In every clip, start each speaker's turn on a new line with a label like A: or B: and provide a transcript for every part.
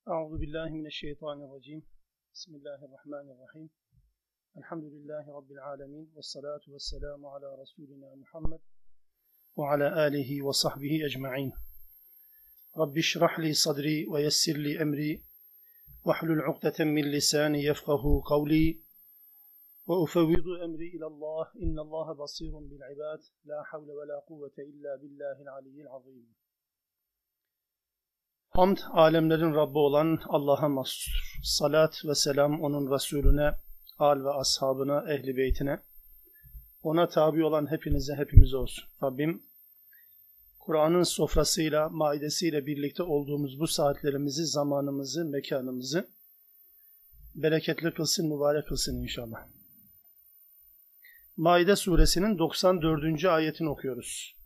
A: Euzu billahi mineşşeytanirracim. Bismillahirrahmanirrahim. Elhamdülillahi rabbil alamin ve salatu vesselamu ala resulina Muhammed ve ala alihi ve sahbihi ecmaîn. Rabbi şrah li sadri ve yessir li emri ve hlul ukdeten min lisani yefkahu kavli ve ufevvidu emri ila Allah. İnnallaha basirun bil ibad. La havle ve la kuvvete illa billahil aliyyil azim. Hamd, alemlerin Rabbi olan Allah'a mahsustur. Salat ve selam onun Resulüne, al ve ashabına, ehli beytine, ona tabi olan hepimize olsun. Rabbim, Kur'an'ın sofrasıyla, maidesiyle birlikte olduğumuz bu saatlerimizi, zamanımızı, mekanımızı bereketli kılsın, mübarek kılsın inşallah. Maide suresinin 94. ayetini okuyoruz.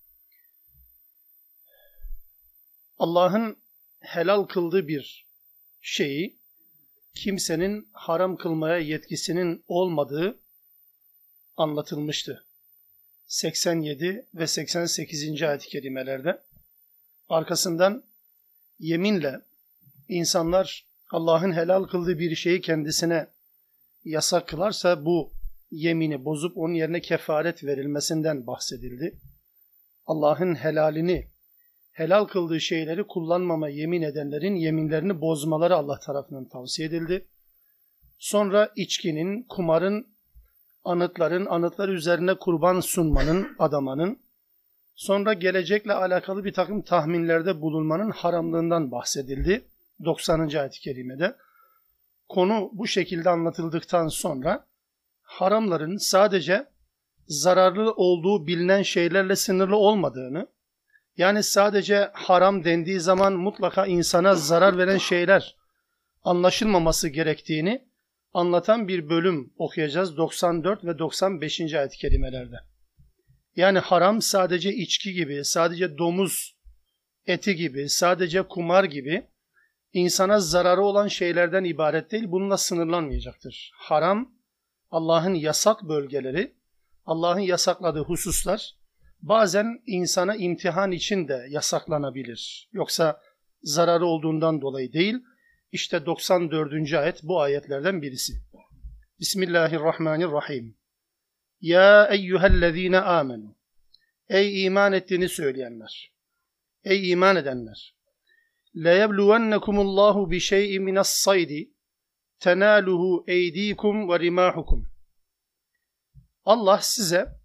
A: Allah'ın helal kıldığı bir şeyi kimsenin haram kılmaya yetkisinin olmadığı anlatılmıştı. 87 ve 88. ayet-i kerimelerde. Arkasından yeminle insanlar Allah'ın helal kıldığı bir şeyi kendisine yasak kılarsa bu yemini bozup onun yerine kefaret verilmesinden bahsedildi. Allah'ın helal kıldığı şeyleri kullanmama yemin edenlerin yeminlerini bozmaları Allah tarafından tavsiye edildi. Sonra içkinin, kumarın, anıtlar üzerine kurban sunmanın, adamanın, sonra gelecekle alakalı bir takım tahminlerde bulunmanın haramlığından bahsedildi. 90. ayet-i kerimede. Konu bu şekilde anlatıldıktan sonra haramların sadece zararlı olduğu bilinen şeylerle sınırlı olmadığını, yani sadece haram dendiği zaman mutlaka insana zarar veren şeyler anlaşılmaması gerektiğini anlatan bir bölüm okuyacağız 94 ve 95. ayet-i kerimelerde. Yani haram sadece içki gibi, sadece domuz eti gibi, sadece kumar gibi insana zararı olan şeylerden ibaret değil, bununla sınırlanmayacaktır. Haram, Allah'ın yasak bölgeleri, Allah'ın yasakladığı hususlar, bazen insana imtihan için de yasaklanabilir. Yoksa zararı olduğundan dolayı değil. İşte 94. ayet bu ayetlerden birisi. Bismillahirrahmanirrahim. Ya eyyühellezine amenu. Ey iman ettiğini söyleyenler. Ey iman edenler. Leyebluvennekumullahu bi şey'in minas-saydi tenaluhu eydikum ve rimahukum. Allah size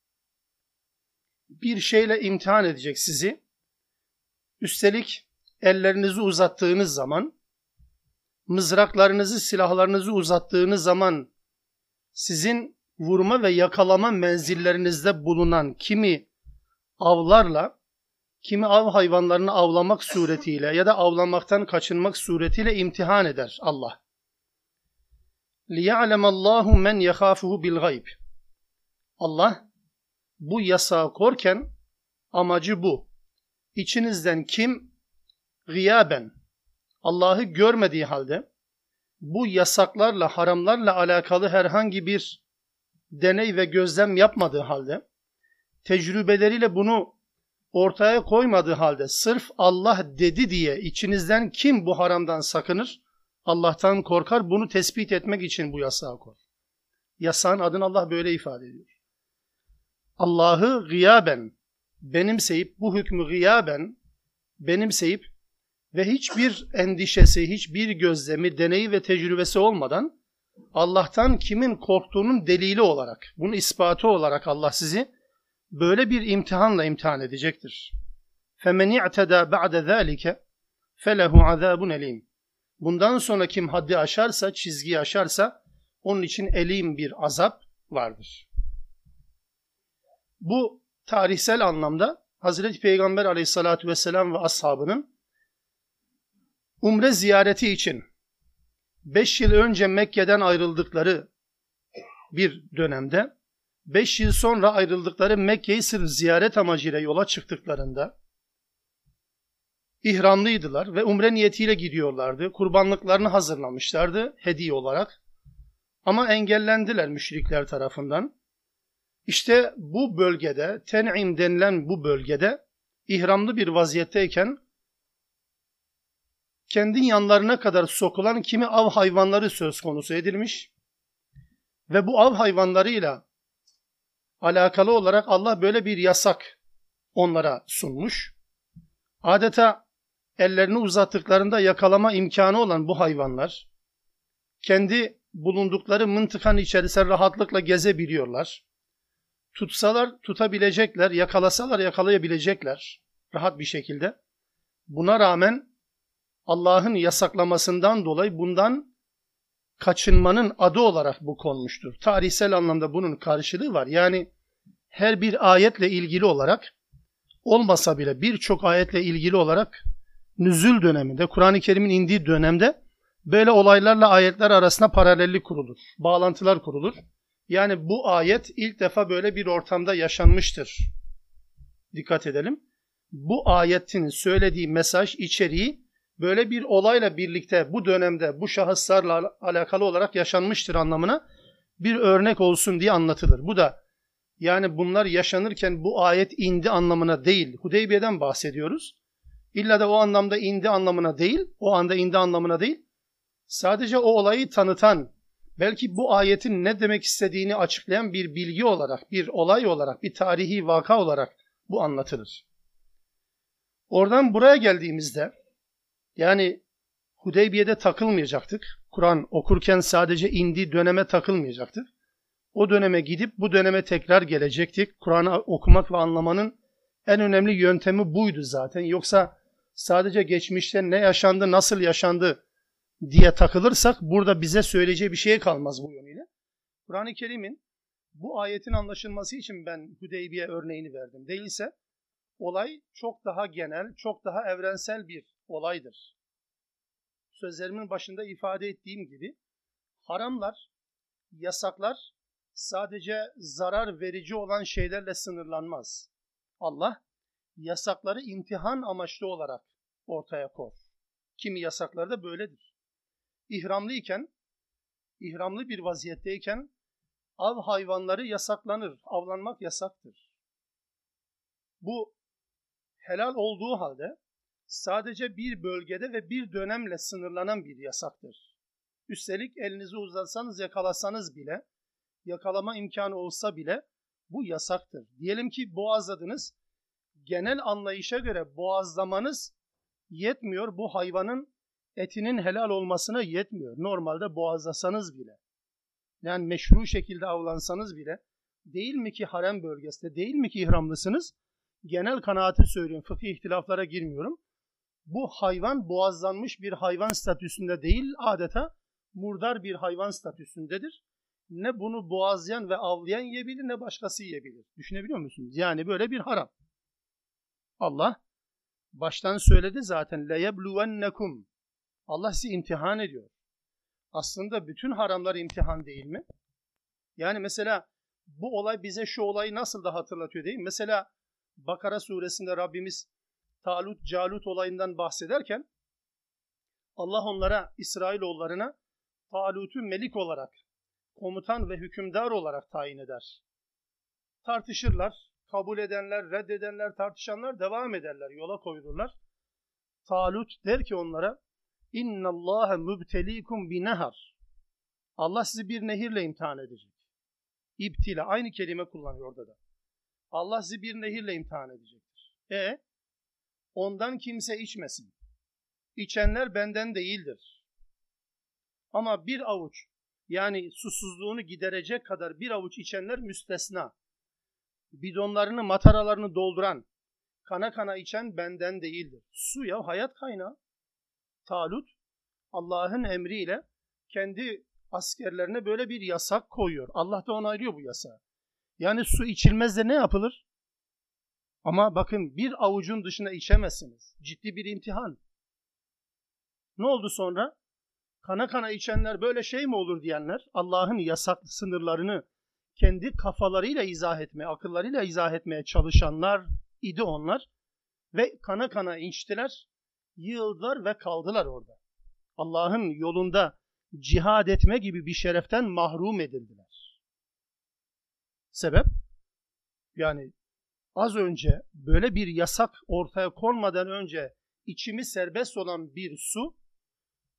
A: bir şeyle imtihan edecek sizi. Üstelik ellerinizi uzattığınız zaman, mızraklarınızı, silahlarınızı uzattığınız zaman sizin vurma ve yakalama menzillerinizde bulunan kimi avlarla, kimi av hayvanlarını avlamak suretiyle ya da avlamaktan kaçınmak suretiyle imtihan eder Allah. لِيَعْلَمَ اللّٰهُ مَنْ يَخَافُهُ بِالْغَيْبِ. Allah bu yasağı korken amacı bu. İçinizden kim gıyaben, Allah'ı görmediği halde bu yasaklarla, haramlarla alakalı herhangi bir deney ve gözlem yapmadığı halde, tecrübeleriyle bunu ortaya koymadığı halde sırf Allah dedi diye içinizden kim bu haramdan sakınır, Allah'tan korkar, bunu tespit etmek için bu yasağı koy. Yasağın adını Allah böyle ifade ediyor. Allah'ı gıyaben benimseyip, bu hükmü gıyaben benimseyip ve hiçbir endişesi, hiçbir gözlemi, deneyi ve tecrübesi olmadan Allah'tan kimin korktuğunun delili olarak, bunun ispatı olarak Allah sizi böyle bir imtihanla imtihan edecektir. فَمَنْ اِعْتَدَى بَعْدَ ذَٰلِكَ فَلَهُ عَذَابٌ elim. Bundan sonra kim haddi aşarsa, çizgiyi aşarsa onun için elim bir azap vardır. Bu tarihsel anlamda Hazreti Peygamber aleyhissalatü vesselam ve ashabının umre ziyareti için 5 yıl önce Mekke'den ayrıldıkları bir dönemde, 5 yıl sonra ayrıldıkları Mekke'yi sırf ziyaret amacıyla yola çıktıklarında ihramlıydılar ve umre niyetiyle gidiyorlardı. Kurbanlıklarını hazırlamışlardı hediye olarak. Ama engellendiler müşrikler tarafından. İşte bu bölgede, Ten'im denilen bu bölgede ihramlı bir vaziyetteyken kendi yanlarına kadar sokulan kimi av hayvanları söz konusu edilmiş ve bu av hayvanlarıyla alakalı olarak Allah böyle bir yasak onlara sunmuş. Adeta ellerini uzattıklarında yakalama imkanı olan bu hayvanlar kendi bulundukları mıntıkanın içerisinde rahatlıkla gezebiliyorlar. Tutsalar tutabilecekler, yakalasalar yakalayabilecekler rahat bir şekilde. Buna rağmen Allah'ın yasaklamasından dolayı bundan kaçınmanın adı olarak bu konmuştur. Tarihsel anlamda bunun karşılığı var. Yani her bir ayetle ilgili olarak olmasa bile birçok ayetle ilgili olarak nüzul döneminde, Kur'an-ı Kerim'in indiği dönemde böyle olaylarla ayetler arasında paralellik kurulur, bağlantılar kurulur. Yani bu ayet ilk defa böyle bir ortamda yaşanmıştır. Dikkat edelim. Bu ayetin söylediği mesaj, içeriği böyle bir olayla birlikte bu dönemde bu şahıslarla alakalı olarak yaşanmıştır anlamına bir örnek olsun diye anlatılır. Bu da yani bunlar yaşanırken bu ayet indi anlamına değil, Hudeybiye'den bahsediyoruz. İlla da o anlamda indi anlamına değil, o anda indi anlamına değil. Sadece o olayı tanıtan, belki bu ayetin ne demek istediğini açıklayan bir bilgi olarak, bir olay olarak, bir tarihi vaka olarak bu anlatılır. Oradan buraya geldiğimizde, yani Hudeybiye'de takılmayacaktık. Kur'an okurken sadece indiği döneme takılmayacaktık. O döneme gidip bu döneme tekrar gelecektik. Kur'an'ı okumak ve anlamanın en önemli yöntemi buydu zaten. Yoksa sadece geçmişte ne yaşandı, nasıl yaşandı diye takılırsak burada bize söyleyeceği bir şey kalmaz bu yönüyle. Kur'an-ı Kerim'in bu ayetin anlaşılması için ben Hudeybiye örneğini verdim. Değilse olay çok daha genel, çok daha evrensel bir olaydır. Sözlerimin başında ifade ettiğim gibi haramlar, yasaklar sadece zarar verici olan şeylerle sınırlanmaz. Allah yasakları imtihan amaçlı olarak ortaya koyar. Kimi yasaklar da böyledir. İhramlı bir vaziyetteyken av hayvanları yasaklanır. Avlanmak yasaktır. Bu helal olduğu halde sadece bir bölgede ve bir dönemle sınırlanan bir yasaktır. Üstelik elinizi uzatsanız yakalasanız bile, yakalama imkanı olsa bile bu yasaktır. Diyelim ki boğazladınız, genel anlayışa göre boğazlamanız yetmiyor, bu hayvanın etinin helal olmasına yetmiyor. Normalde boğazlasanız bile, yani meşru şekilde avlansanız bile, değil mi ki harem bölgesinde, değil mi ki ihramlısınız? Genel kanaati söylüyorum, fıkhi ihtilaflara girmiyorum. Bu hayvan boğazlanmış bir hayvan statüsünde değil, adeta murdar bir hayvan statüsündedir. Ne bunu boğazlayan ve avlayan yiyebilir, ne başkası yiyebilir. Düşünebiliyor musunuz? Yani böyle bir haram. Allah baştan söyledi zaten. لَيَبْلُوَنَّكُمْ Allah sizi imtihan ediyor. Aslında bütün haramlar imtihan değil mi? Yani mesela bu olay bize şu olayı nasıl da hatırlatıyor değil mi? Mesela Bakara suresinde Rabbimiz Talut, Calut olayından bahsederken Allah onlara, İsrailoğullarına Talut'u melik olarak, komutan ve hükümdar olarak tayin eder. Tartışırlar, kabul edenler, reddedenler, tartışanlar devam ederler, yola koyulurlar. Talut der ki onlara, İnna Allahe mübtelikum bi nehar. Allah sizi bir nehirle imtihan edecek. İbtila, aynı kelime kullanıyor orada da. Allah sizi bir nehirle imtihan edecektir. Ondan kimse içmesin. İçenler benden değildir. Ama bir avuç, yani susuzluğunu giderecek kadar bir avuç içenler müstesna. Bidonlarını, mataralarını dolduran, kana kana içen benden değildir. Su ya, hayat kaynağı. Talut, Allah'ın emriyle kendi askerlerine böyle bir yasak koyuyor. Allah da onaylıyor bu yasağı. Yani su içilmez de ne yapılır? Ama bakın bir avucun dışına içemezsiniz. Ciddi bir imtihan. Ne oldu sonra? Kana kana içenler böyle şey mi olur diyenler, Allah'ın yasaklı sınırlarını kendi kafalarıyla izah etmeye, akıllarıyla izah etmeye çalışanlar idi onlar. Ve kana kana içtiler, yığıldılar ve kaldılar orada. Allah'ın yolunda cihad etme gibi bir şereften mahrum edildiler. Sebep? Yani az önce böyle bir yasak ortaya konmadan önce içimi serbest olan bir su,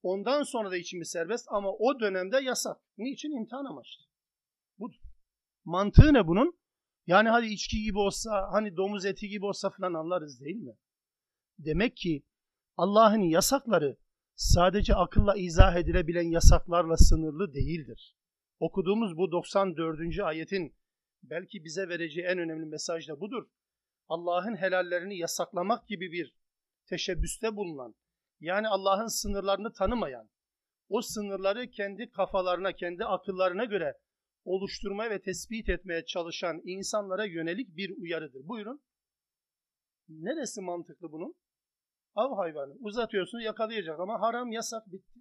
A: Ondan sonra da içimi serbest ama o dönemde yasak. Niçin? İmtihan amaçlı. Budur. Mantığı ne bunun? Yani hadi içki gibi olsa, hani domuz eti gibi olsa falan anlarız değil mi? Demek ki Allah'ın yasakları sadece akılla izah edilebilen yasaklarla sınırlı değildir. Okuduğumuz bu 94. ayetin belki bize vereceği en önemli mesaj da budur. Allah'ın helallerini yasaklamak gibi bir teşebbüste bulunan, yani Allah'ın sınırlarını tanımayan, o sınırları kendi kafalarına, kendi akıllarına göre oluşturmaya ve tespit etmeye çalışan insanlara yönelik bir uyarıdır. Buyurun. Neresi mantıklı bunun? Av hayvanı. Uzatıyorsun, yakalayacak ama haram, yasak, bitti.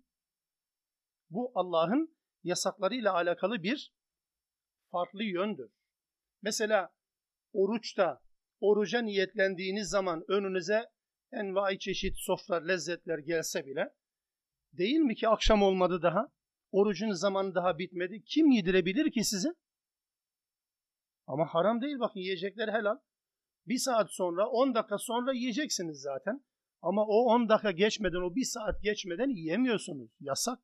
A: Bu Allah'ın yasaklarıyla alakalı bir farklı yöndür. Mesela oruçta, oruca niyetlendiğiniz zaman önünüze envai çeşit sofra, lezzetler gelse bile, değil mi ki akşam olmadı daha, orucun zamanı daha bitmedi, kim yedirebilir ki size? Ama haram değil, bakın yiyecekler helal. 1 saat sonra, 10 dakika sonra yiyeceksiniz zaten. Ama o 10 dakika geçmeden, o 1 saat geçmeden yiyemiyorsunuz. Yasak.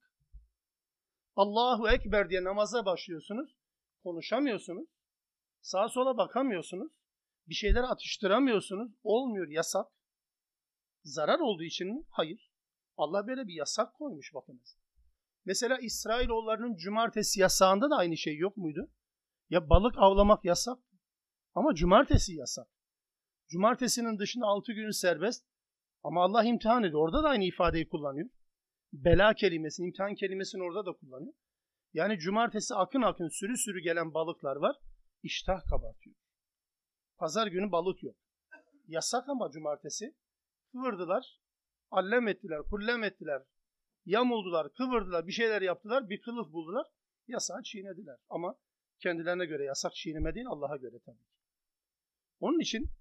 A: Allahu Ekber diye namaza başlıyorsunuz. Konuşamıyorsunuz. Sağa sola bakamıyorsunuz. Bir şeyler atıştıramıyorsunuz. Olmuyor, yasak. Zarar olduğu için mi? Hayır. Allah böyle bir yasak koymuş bakınız. Mesela İsrailoğullarının cumartesi yasağında da aynı şey yok muydu? Ya balık avlamak yasak ama cumartesi yasak. Cumartesinin dışında 6 gün serbest ama Allah imtihan ediyor. Orada da aynı ifadeyi kullanıyor. Bela kelimesini, imtihan kelimesini orada da kullanıyor. Yani cumartesi akın akın sürü sürü gelen balıklar var. İştah kabartıyor. Pazar günü balık yok. Yasak ama cumartesi. Kıvırdılar, allem ettiler, kullem ettiler, yamuldular, kıvırdılar, bir şeyler yaptılar, bir kılıf buldular, yasağı çiğnediler. Ama kendilerine göre yasak çiğneme değil, Allah'a göre tabii ki. Onun için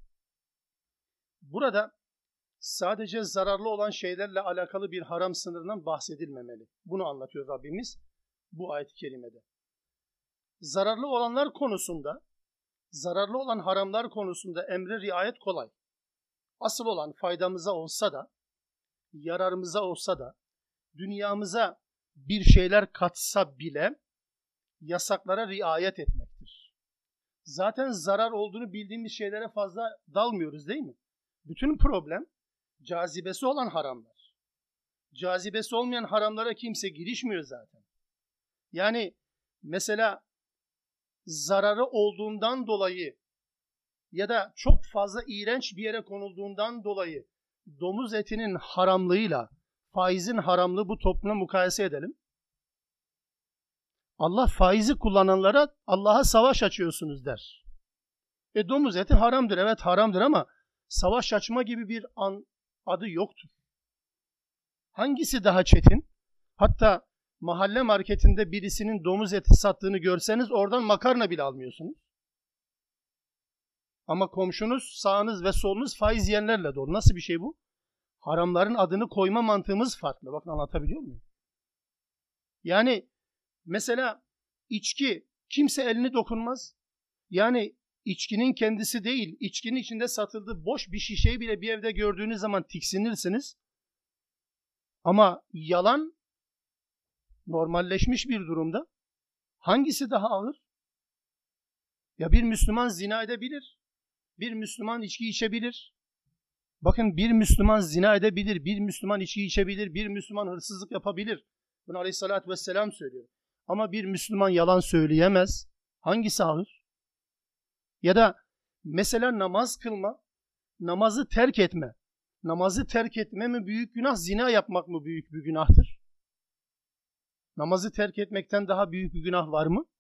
A: burada sadece zararlı olan şeylerle alakalı bir haram sınırından bahsedilmemeli. Bunu anlatıyor Rabbimiz bu ayet-i kerimede. Zararlı olanlar konusunda, zararlı olan haramlar konusunda emre riayet kolay. Asıl olan faydamıza olsa da, yararımıza olsa da, dünyamıza bir şeyler katsa bile yasaklara riayet etmektir. Zaten zarar olduğunu bildiğimiz şeylere fazla dalmıyoruz değil mi? Bütün problem cazibesi olan haramlar. Cazibesi olmayan haramlara kimse girişmiyor zaten. Yani mesela zararı olduğundan dolayı ya da çok fazla iğrenç bir yere konulduğundan dolayı domuz etinin haramlığıyla faizin haramlığı bu topluma mukayese edelim. Allah faizi kullananlara Allah'a savaş açıyorsunuz der. Domuz eti haramdır, evet haramdır ama savaş açma gibi bir adı yoktur. Hangisi daha çetin? Hatta mahalle marketinde birisinin domuz eti sattığını görseniz oradan makarna bile almıyorsunuz. Ama komşunuz, sağınız ve solunuz faiz yiyenlerle dolu. Nasıl bir şey bu? Haramların adını koyma mantığımız farklı. Bakın anlatabiliyor muyum? Yani mesela içki, kimse elini dokunmaz. Yani içkinin kendisi değil, içkinin içinde satıldığı boş bir şişeyi bile bir evde gördüğünüz zaman tiksinirsiniz. Ama yalan normalleşmiş bir durumda. Hangisi daha ağır? Ya bir Müslüman zina edebilir, bir Müslüman içki içebilir. Bakın bir Müslüman zina edebilir, bir Müslüman içki içebilir, bir Müslüman hırsızlık yapabilir. Bunu Aleyhisselatü Vesselam söylüyor. Ama bir Müslüman yalan söyleyemez. Hangisi ağır? Ya da mesela namaz kılma, namazı terk etme. Namazı terk etme mi büyük günah, zina yapmak mı büyük bir günahtır? Namazı terk etmekten daha büyük bir günah var mı?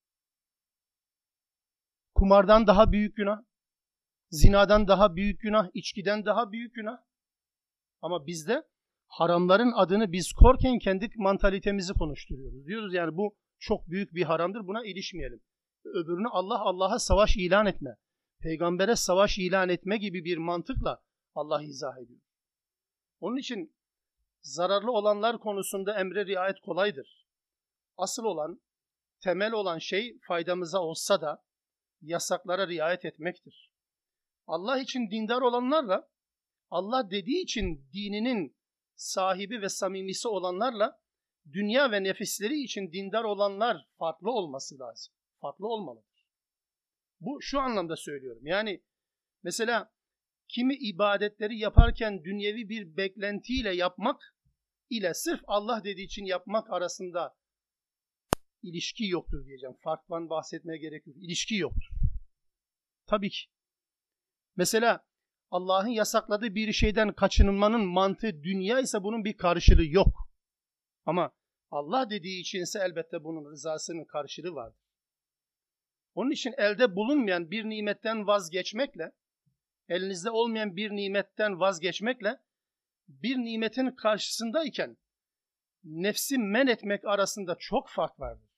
A: Kumardan daha büyük günah, zinadan daha büyük günah, içkiden daha büyük günah. Ama bizde haramların adını biz korken kendi mantalitemizi konuşturuyoruz. Diyoruz yani bu çok büyük bir haramdır, buna ilişmeyelim. Öbürünü Allah'a savaş ilan etme, peygambere savaş ilan etme gibi bir mantıkla Allah izah ediyor. Onun için zararlı olanlar konusunda emre riayet kolaydır. Asıl olan, temel olan şey faydamıza olsa da yasaklara riayet etmektir. Allah için dindar olanlarla Allah dediği için dininin sahibi ve samimisi olanlarla dünya ve nefisleri için dindar olanlar farklı olması lazım. Farklı olmalıdır. Bu şu anlamda söylüyorum. Yani mesela kimi ibadetleri yaparken dünyevi bir beklentiyle yapmak ile sırf Allah dediği için yapmak arasında ilişki yoktur diyeceğim. Farktan bahsetmeye gerek yok. İlişki yoktur. Tabii ki. Mesela Allah'ın yasakladığı bir şeyden kaçınmanın mantığı dünya ise bunun bir karşılığı yok. Ama Allah dediği içinse elbette bunun rızasının karşılığı vardır. Onun için elde bulunmayan bir nimetten vazgeçmekle, elinizde olmayan bir nimetten vazgeçmekle, bir nimetin karşısındayken nefsi men etmek arasında çok fark vardır.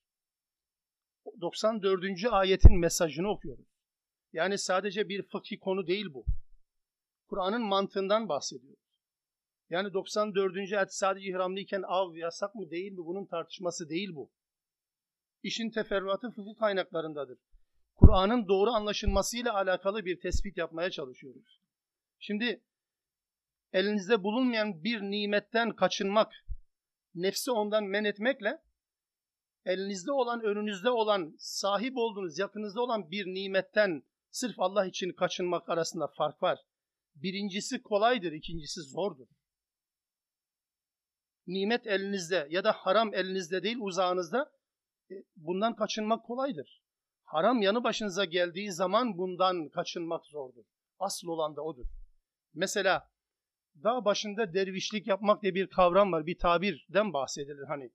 A: 94. ayetin mesajını okuyoruz. Yani sadece bir fıkhi konu değil bu. Kur'an'ın mantığından bahsediyoruz. Yani 94. ayet sadece ihramlıyken av yasak mı değil mi bunun tartışması değil bu. İşin teferruatı fıkıh kaynaklarındadır. Kur'an'ın doğru anlaşılmasıyla alakalı bir tespit yapmaya çalışıyoruz. Şimdi elinizde bulunmayan bir nimetten kaçınmak, nefsi ondan men etmekle elinizde olan, önünüzde olan, sahip olduğunuz, yakınızda olan bir nimetten sırf Allah için kaçınmak arasında fark var. Birincisi kolaydır, ikincisi zordur. Nimet elinizde ya da haram elinizde değil, uzağınızda, bundan kaçınmak kolaydır. Haram yanı başınıza geldiği zaman bundan kaçınmak zordur. Asıl olan da odur. Mesela dağ başında dervişlik yapmak diye bir kavram var, bir tabirden bahsedilir hani.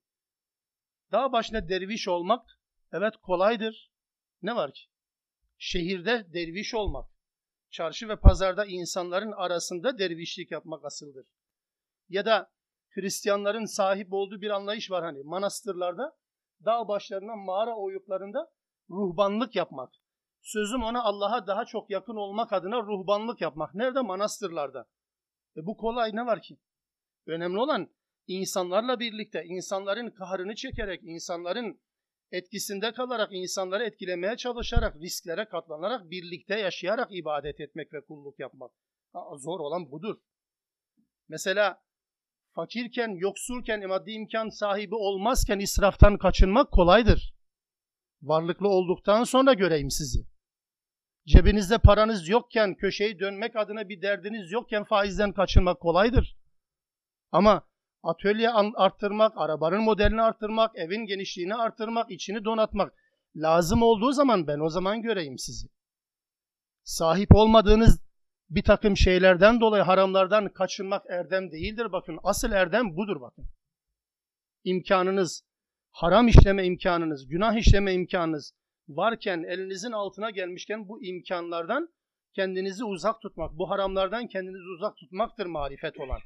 A: Dağ başında derviş olmak, evet kolaydır. Ne var ki? Şehirde derviş olmak, çarşı ve pazarda insanların arasında dervişlik yapmak asıldır. Ya da Hristiyanların sahip olduğu bir anlayış var hani manastırlarda, dağ başlarına, mağara oyuklarında ruhbanlık yapmak. Sözüm ona Allah'a daha çok yakın olmak adına ruhbanlık yapmak. Nerede? Manastırlarda. Bu kolay, ne var ki? Önemli olan insanlarla birlikte, insanların kahrını çekerek, insanların etkisinde kalarak, insanları etkilemeye çalışarak, risklere katlanarak, birlikte yaşayarak ibadet etmek ve kulluk yapmak. Zor olan budur. Mesela fakirken, yoksulken, maddi imkan sahibi olmazken israftan kaçınmak kolaydır. Varlıklı olduktan sonra göreyim sizi. Cebinizde paranız yokken, köşeyi dönmek adına bir derdiniz yokken faizden kaçınmak kolaydır. Ama atölye arttırmak, arabanın modelini arttırmak, evin genişliğini arttırmak, içini donatmak lazım olduğu zaman ben o zaman göreyim sizi. Sahip olmadığınız bir takım şeylerden dolayı haramlardan kaçınmak erdem değildir. Bakın asıl erdem budur bakın. İmkanınız, haram işleme imkanınız, günah işleme imkanınız varken, elinizin altına gelmişken bu imkanlardan kendinizi uzak tutmak, bu haramlardan kendinizi uzak tutmaktır marifet olan.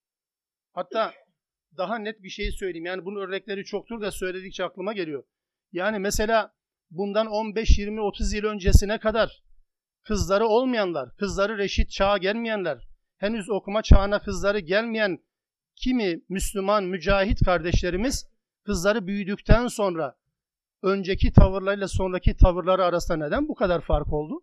A: Hatta daha net bir şey söyleyeyim. Yani bunun örnekleri çoktur da söyledikçe aklıma geliyor. Yani mesela bundan 15, 20, 30 yıl öncesine kadar kızları olmayanlar, kızları reşit çağa gelmeyenler, henüz okuma çağına kızları gelmeyen kimi Müslüman, mücahit kardeşlerimiz kızları büyüdükten sonra önceki tavırlarıyla sonraki tavırları arasında neden bu kadar fark oldu?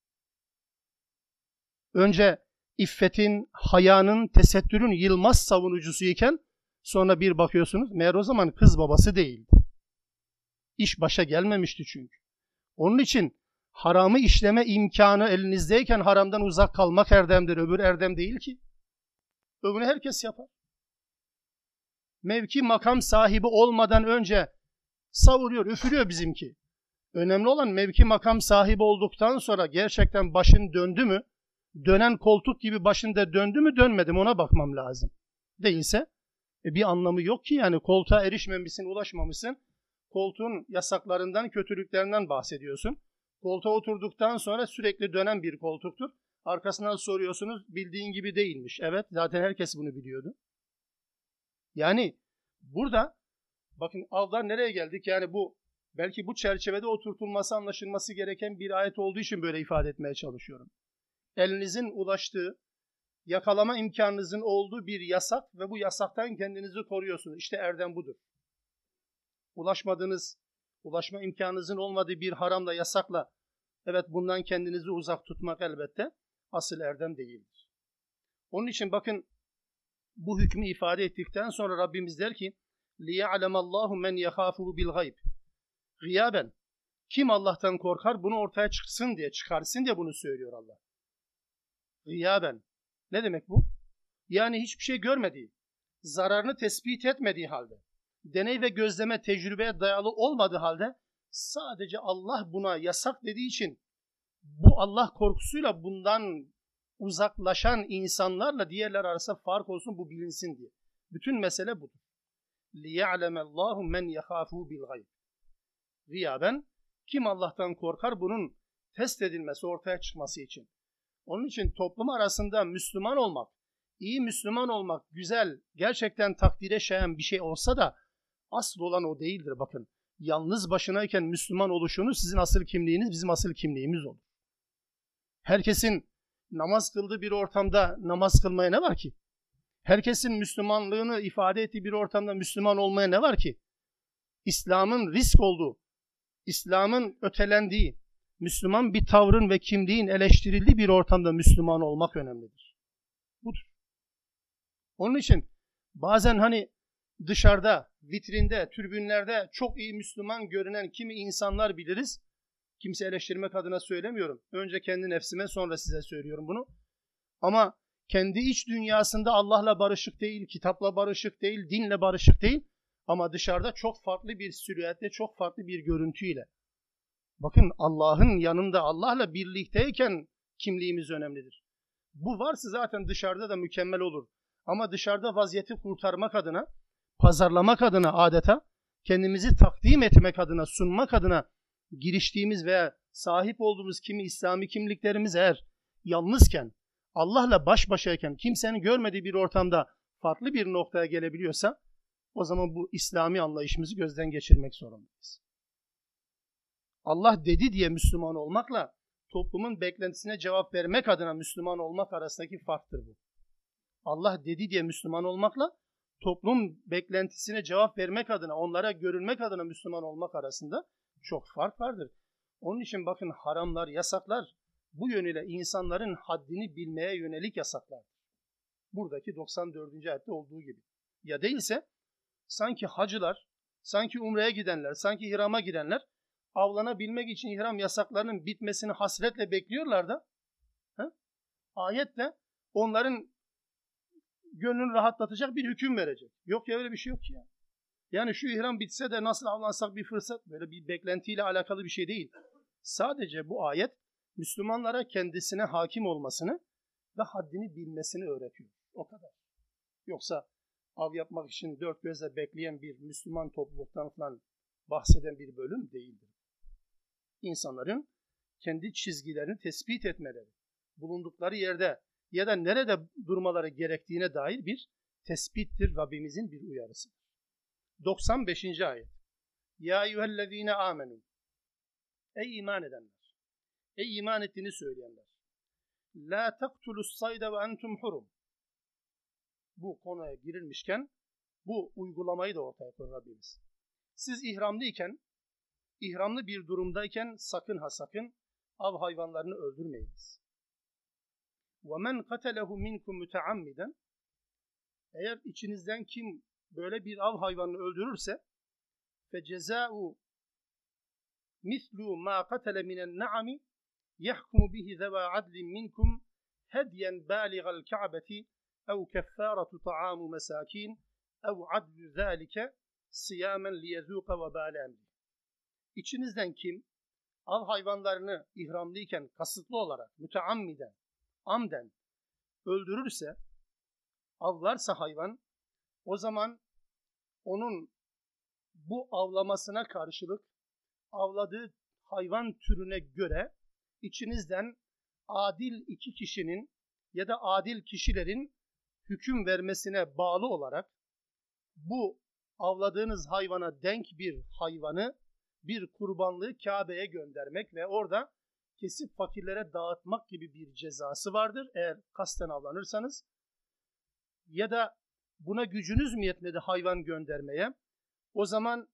A: Önce iffetin, hayanın, tesettürün yılmaz savunucusuyken sonra bir bakıyorsunuz meğer o zaman kız babası değildi. İş başa gelmemişti çünkü. Onun için haramı işleme imkanı elinizdeyken haramdan uzak kalmak erdemdir. Öbür erdem değil ki. Öbürünü herkes yapar. Mevki makam sahibi olmadan önce savuruyor, üfürüyor bizimki. Önemli olan mevki makam sahibi olduktan sonra gerçekten başın döndü mü? Dönen koltuk gibi başında döndü mü dönmedi mi ona bakmam lazım. Değilse bir anlamı yok ki yani koltuğa erişmemişsin, ulaşmamışsın. Koltuğun yasaklarından, kötülüklerinden bahsediyorsun. Koltuğa oturduktan sonra sürekli dönen bir koltuktur. Arkasından soruyorsunuz bildiğin gibi değilmiş. Evet zaten herkes bunu biliyordu. Yani burada bakın Allah nereye geldik? Yani bu belki bu çerçevede oturtulması, anlaşılması gereken bir ayet olduğu için böyle ifade etmeye çalışıyorum. Elinizin ulaştığı, yakalama imkanınızın olduğu bir yasak ve bu yasaktan kendinizi koruyorsunuz. İşte erdem budur. Ulaşma imkanınızın olmadığı bir haramla, yasakla, evet bundan kendinizi uzak tutmak elbette asıl erdem değildir. Onun için bakın Bu hükmü ifade ettikten sonra Rabbimiz der ki لِيَعْلَمَ اللّٰهُ مَنْ يَخَافُهُ بِالْغَيْبِ Gıyaben. Kim Allah'tan korkar bunu ortaya çıksın diye, çıkarsın diye bunu söylüyor Allah. Gıyaben. Ne demek bu? Yani hiçbir şey görmediği, zararını tespit etmediği halde, deney ve gözleme, tecrübeye dayalı olmadığı halde sadece Allah buna yasak dediği için bu Allah korkusuyla bundan uzaklaşan insanlarla diğerler arasında fark olsun, bu bilinsin diye. Bütün mesele budur. لِيَعْلَمَ اللّٰهُ مَنْ يَخَافُهُ بِالْغَيْبِ Gıyaben. Kim Allah'tan korkar bunun test edilmesi, ortaya çıkması için. Onun için toplum arasında Müslüman olmak, iyi Müslüman olmak güzel, gerçekten takdire şayan bir şey olsa da asıl olan o değildir. Bakın, yalnız başınayken Müslüman oluşunuz sizin asıl kimliğiniz, bizim asıl kimliğimiz olur. Herkesin namaz kıldığı bir ortamda namaz kılmaya ne var ki? Herkesin Müslümanlığını ifade ettiği bir ortamda Müslüman olmaya ne var ki? İslam'ın risk olduğu, İslam'ın ötelendiği, Müslüman bir tavrın ve kimliğin eleştirildiği bir ortamda Müslüman olmak önemlidir. Budur. Onun için bazen hani dışarıda, vitrinde, tribünlerde çok iyi Müslüman görünen kimi insanlar biliriz. Kimse eleştirmek adına söylemiyorum. Önce kendi nefsime, sonra size söylüyorum bunu. Ama kendi iç dünyasında Allah'la barışık değil, kitapla barışık değil, dinle barışık değil. Ama dışarıda çok farklı bir silüetle, çok farklı bir görüntüyle. Bakın, Allah'ın yanında, Allah'la birlikteyken kimliğimiz önemlidir. Bu varsa zaten dışarıda da mükemmel olur. Ama dışarıda vaziyeti kurtarmak adına, pazarlamak adına adeta, kendimizi takdim etmek adına, sunmak adına giriştiğimiz veya sahip olduğumuz kimi İslami kimliklerimiz eğer yalnızken, Allah'la baş başayken, kimsenin görmediği bir ortamda farklı bir noktaya gelebiliyorsa, o zaman bu İslami anlayışımızı gözden geçirmek zorundayız. Allah dedi diye Müslüman olmakla toplumun beklentisine cevap vermek adına Müslüman olmak arasındaki farktır bu. Allah dedi diye Müslüman olmakla toplum beklentisine cevap vermek adına, onlara görünmek adına Müslüman olmak arasında çok fark vardır. Onun için bakın, haramlar, yasaklar bu yönüyle insanların haddini bilmeye yönelik yasaklardır. Buradaki 94. ayette olduğu gibi. Ya değilse sanki hacılar, sanki umreye gidenler, sanki ihrama girenler avlanabilmek için ihram yasaklarının bitmesini hasretle bekliyorlar da ayetle onların gönlünü rahatlatacak bir hüküm verecek. Yok ya, öyle bir şey yok ya. Yani şu ihram bitse de nasıl avlansak bir fırsat, böyle bir beklentiyle alakalı bir şey değil. Sadece bu ayet Müslümanlara kendisine hakim olmasını ve haddini bilmesini öğretiyor. O kadar. Yoksa av yapmak için dört gözle bekleyen bir Müslüman topluluktan falan bahseden bir bölüm değildir. İnsanların kendi çizgilerini tespit etmeleri, bulundukları yerde ya da nerede durmaları gerektiğine dair bir tespittir, Rabbimizin bir uyarısıdır. 95. ayet. Ya eyyühellezine amenu. Ey iman edenler. Ey iman ettiğini söyleyenler. La taktulus sayda ve entum hurum. Bu konuya girilmişken bu uygulamayı da ortaya koyar Rabbimiz. Siz ihramlıyken, ihramlı bir durumdayken sakın ha sakın av hayvanlarını öldürmeyiniz. وَمَنْ قَتَلَهُ مِنْكُمْ مُتَعَمِّدًا Eğer içinizden kim böyle bir av hayvanını öldürürse فَجَزَاءُ مِثْلُ مَا قَتَلَ مِنَ النَّعَمِ يَحْكُمُ بِهِ ذَوَا عَدْلٍ مِنْكُمْ هَدْيًا بَالِغَ الْكَعْبَةِ اَوْ كَفَّارَةُ طَعَامُ مَسَاكِينَ اَوْ عَدْلُ ذَٰلِكَ صِيَامًا لِيَذُوقَ وَبَالَ اَمْرِهِ İçinizden kim av hayvanlarını ihramlıyken kasıtlı olarak müteammiden, amden öldürürse, avlarsa hayvan, o zaman onun bu avlamasına karşılık avladığı hayvan türüne göre içinizden adil iki kişinin ya da adil kişilerin hüküm vermesine bağlı olarak bu avladığınız hayvana denk bir hayvanı, bir kurbanlığı Kabe'ye göndermek ve orada kesip fakirlere dağıtmak gibi bir cezası vardır eğer kasten avlanırsanız. Ya da buna gücünüz mü yetmedi hayvan göndermeye? O zaman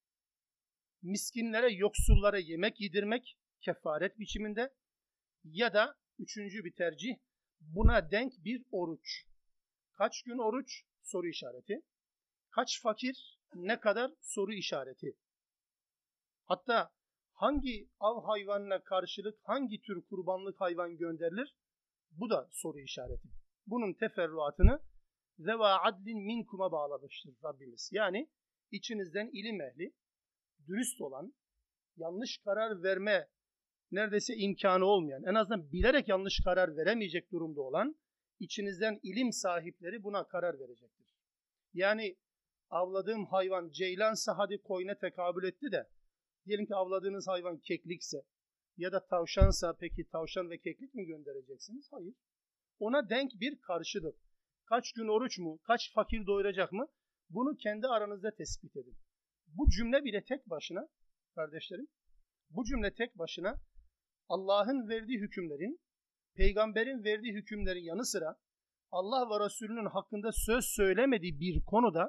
A: miskinlere, yoksullara yemek yedirmek kefaret biçiminde ya da üçüncü bir tercih, buna denk bir oruç. Kaç gün oruç? Soru işareti. Kaç fakir? Ne kadar? Soru işareti. Hatta hangi av hayvanına karşılık hangi tür kurbanlık hayvan gönderilir? Bu da soru işareti. Bunun teferruatını zeva adlin minkum'a bağlamıştır Rabbimiz. Yani içinizden ilim ehli, dürüst olan, yanlış karar verme neredeyse imkanı olmayan, en azından bilerek yanlış karar veremeyecek durumda olan içinizden ilim sahipleri buna karar verecektir. Yani avladığım hayvan ceylansa hadi koyuna tekabül etti de, diyelim ki avladığınız hayvan keklikse ya da tavşansa peki tavşan ve keklik mi göndereceksiniz? Hayır. Ona denk bir karşıdır. Kaç gün oruç mu? Kaç fakir doyuracak mı? Bunu kendi aranızda tespit edin. Bu cümle bile tek başına, kardeşlerim, bu cümle tek başına Allah'ın verdiği hükümlerin, peygamberin verdiği hükümlerin yanı sıra Allah ve Resulünün hakkında söz söylemediği bir konuda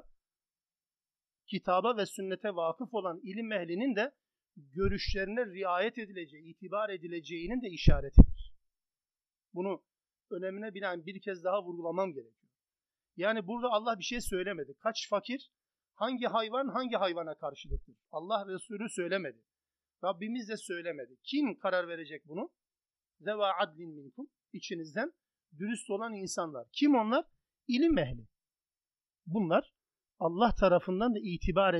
A: kitaba ve sünnete vakıf olan ilim ehlinin de görüşlerine riayet edileceği, itibar edileceğinin de işaretidir. Bunu önemine binaen bir kez daha vurgulamam gerekiyor. Yani burada Allah bir şey söylemedi. Kaç fakir, hangi hayvan hangi hayvana karşılıktır? Allah Resulü söylemedi. Rabbimiz de söylemedi. Kim karar verecek bunu? Zeva adlin minkum. İçinizden dürüst olan insanlar. Kim onlar? İlim ehli. Bunlar Allah tarafından da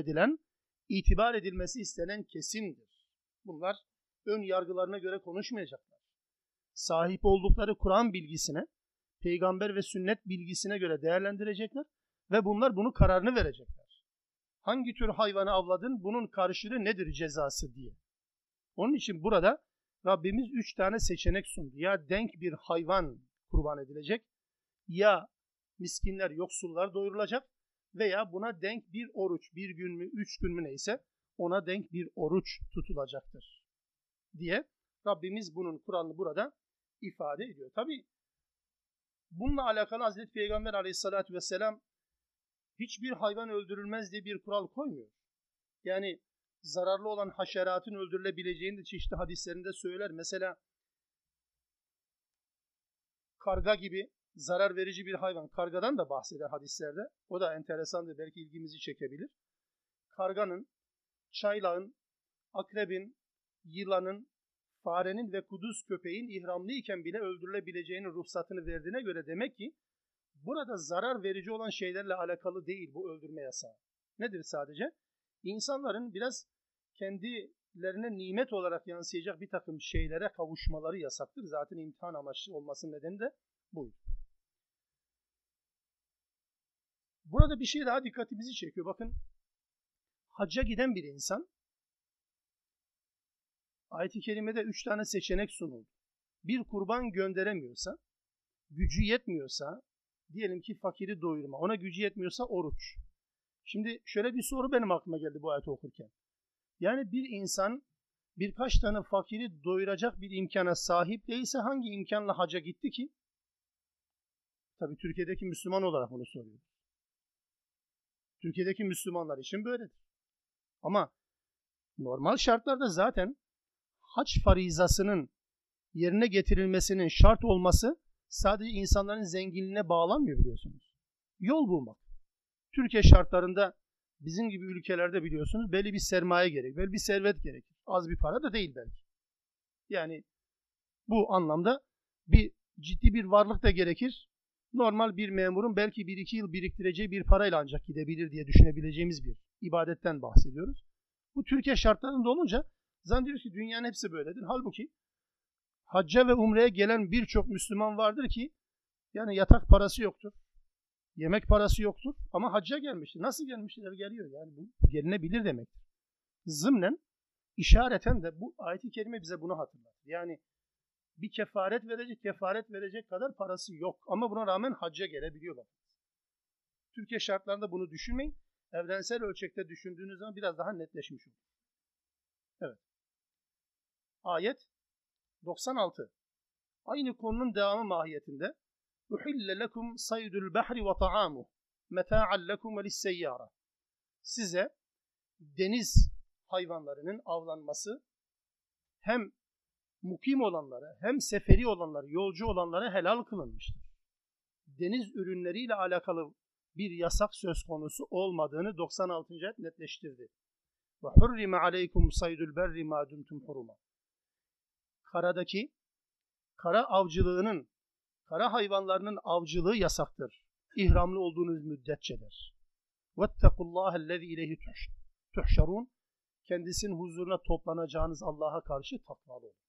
A: itibar edilmesi istenen kesimdir. Bunlar ön yargılarına göre konuşmayacaklar. Sahip oldukları Kur'an bilgisine, peygamber ve sünnet bilgisine göre değerlendirecekler ve bunlar bunun kararını verecekler. Hangi tür hayvanı avladın, bunun karşılığı nedir cezası diye. Onun için burada Rabbimiz 3 tane seçenek sundu. Ya denk bir hayvan kurban edilecek, ya miskinler, yoksullar doyurulacak veya buna denk bir oruç, 1 gün mü, 3 gün mü neyse ona denk bir oruç tutulacaktır diye Rabbimiz bunun kuralını burada ifade ediyor. Tabii bununla alakalı Hazreti Peygamber Aleyhisselatü Vesselam hiçbir hayvan öldürülmez diye bir kural koymuyor. Yani zararlı olan haşeratın öldürülebileceğini de çeşitli hadislerinde söyler. Mesela karga gibi zarar verici bir hayvan. Kargadan da bahseder hadislerde. O da enteresandır. Belki ilgimizi çekebilir. Karganın, çaylağın, akrebin, yılanın, farenin ve kuduz köpeğin ihramlıyken bile öldürülebileceğinin ruhsatını verdiğine göre demek ki burada zarar verici olan şeylerle alakalı değil bu öldürme yasağı. Nedir sadece? İnsanların biraz kendilerine nimet olarak yansıyacak bir takım şeylere kavuşmaları yasaktır. Zaten imtihan amaçlı olmasının nedeni de buydu. Burada bir şey daha dikkatimizi çekiyor. Bakın, hacca giden bir insan, ayet-i kerimede 3 tane seçenek sunuldu. Bir kurban gönderemiyorsa, gücü yetmiyorsa, diyelim ki fakiri doyurma, ona gücü yetmiyorsa oruç. Şimdi şöyle bir soru benim aklıma geldi bu ayeti okurken. Yani bir insan birkaç tane fakiri doyuracak bir imkana sahip değilse hangi imkanla hacca gitti ki? Tabii Türkiye'deki Müslüman olarak bunu soruyoruz. Türkiye'deki Müslümanlar için böyledir. Ama normal şartlarda zaten hac farizasının yerine getirilmesinin şart olması sadece insanların zenginliğine bağlanmıyor biliyorsunuz. Yol bulmak. Türkiye şartlarında bizim gibi ülkelerde biliyorsunuz belli bir sermaye gerekir, belli bir servet gerekir. Az bir para da değil belki. Yani bu anlamda ciddi bir varlık da gerekir. Normal bir memurun belki 1-2 yıl biriktireceği bir parayla ancak gidebilir diye düşünebileceğimiz bir ibadetten bahsediyoruz. Bu Türkiye şartlarında olunca zannediyoruz ki dünyanın hepsi böyledir. Halbuki hacca ve umreye gelen birçok Müslüman vardır ki yani yatak parası yoktur, yemek parası yoktur ama hacca gelmiştir. Nasıl gelmiştir? Geliyor yani bu gelinebilir demektir. Zımnen, işareten de bu ayet-i kerime bize bunu hatırlatır. Yani bir kefaret verecek kadar parası yok ama buna rağmen hacca gelebiliyor bakınız. Türkiye şartlarında bunu düşünmeyin. Evrensel ölçekte düşündüğünüz zaman biraz daha netleşmiş olur. Evet. Ayet 96. Aynı konunun devamı mahiyetinde Uhille lekum saydul bahri ve ta'amuh meta'an lekum ve lisseyyara. Size deniz hayvanlarının avlanması hem mukim olanlara hem seferi olanlara, yolcu olanlara helal kılınmıştır. deniz ürünleriyle alakalı bir yasak söz konusu olmadığını 96. ayet netleştirdi. Ve hurrime aleykum saydul berri ma dumtum huruma. Kara hayvanlarının avcılığı yasaktır. İhramlı olduğunuz müddetçedir. Vettekullâhellezî ileyhi tuhşarûn. Kendisinin huzuruna toplanacağınız Allah'a karşı takvalı olun.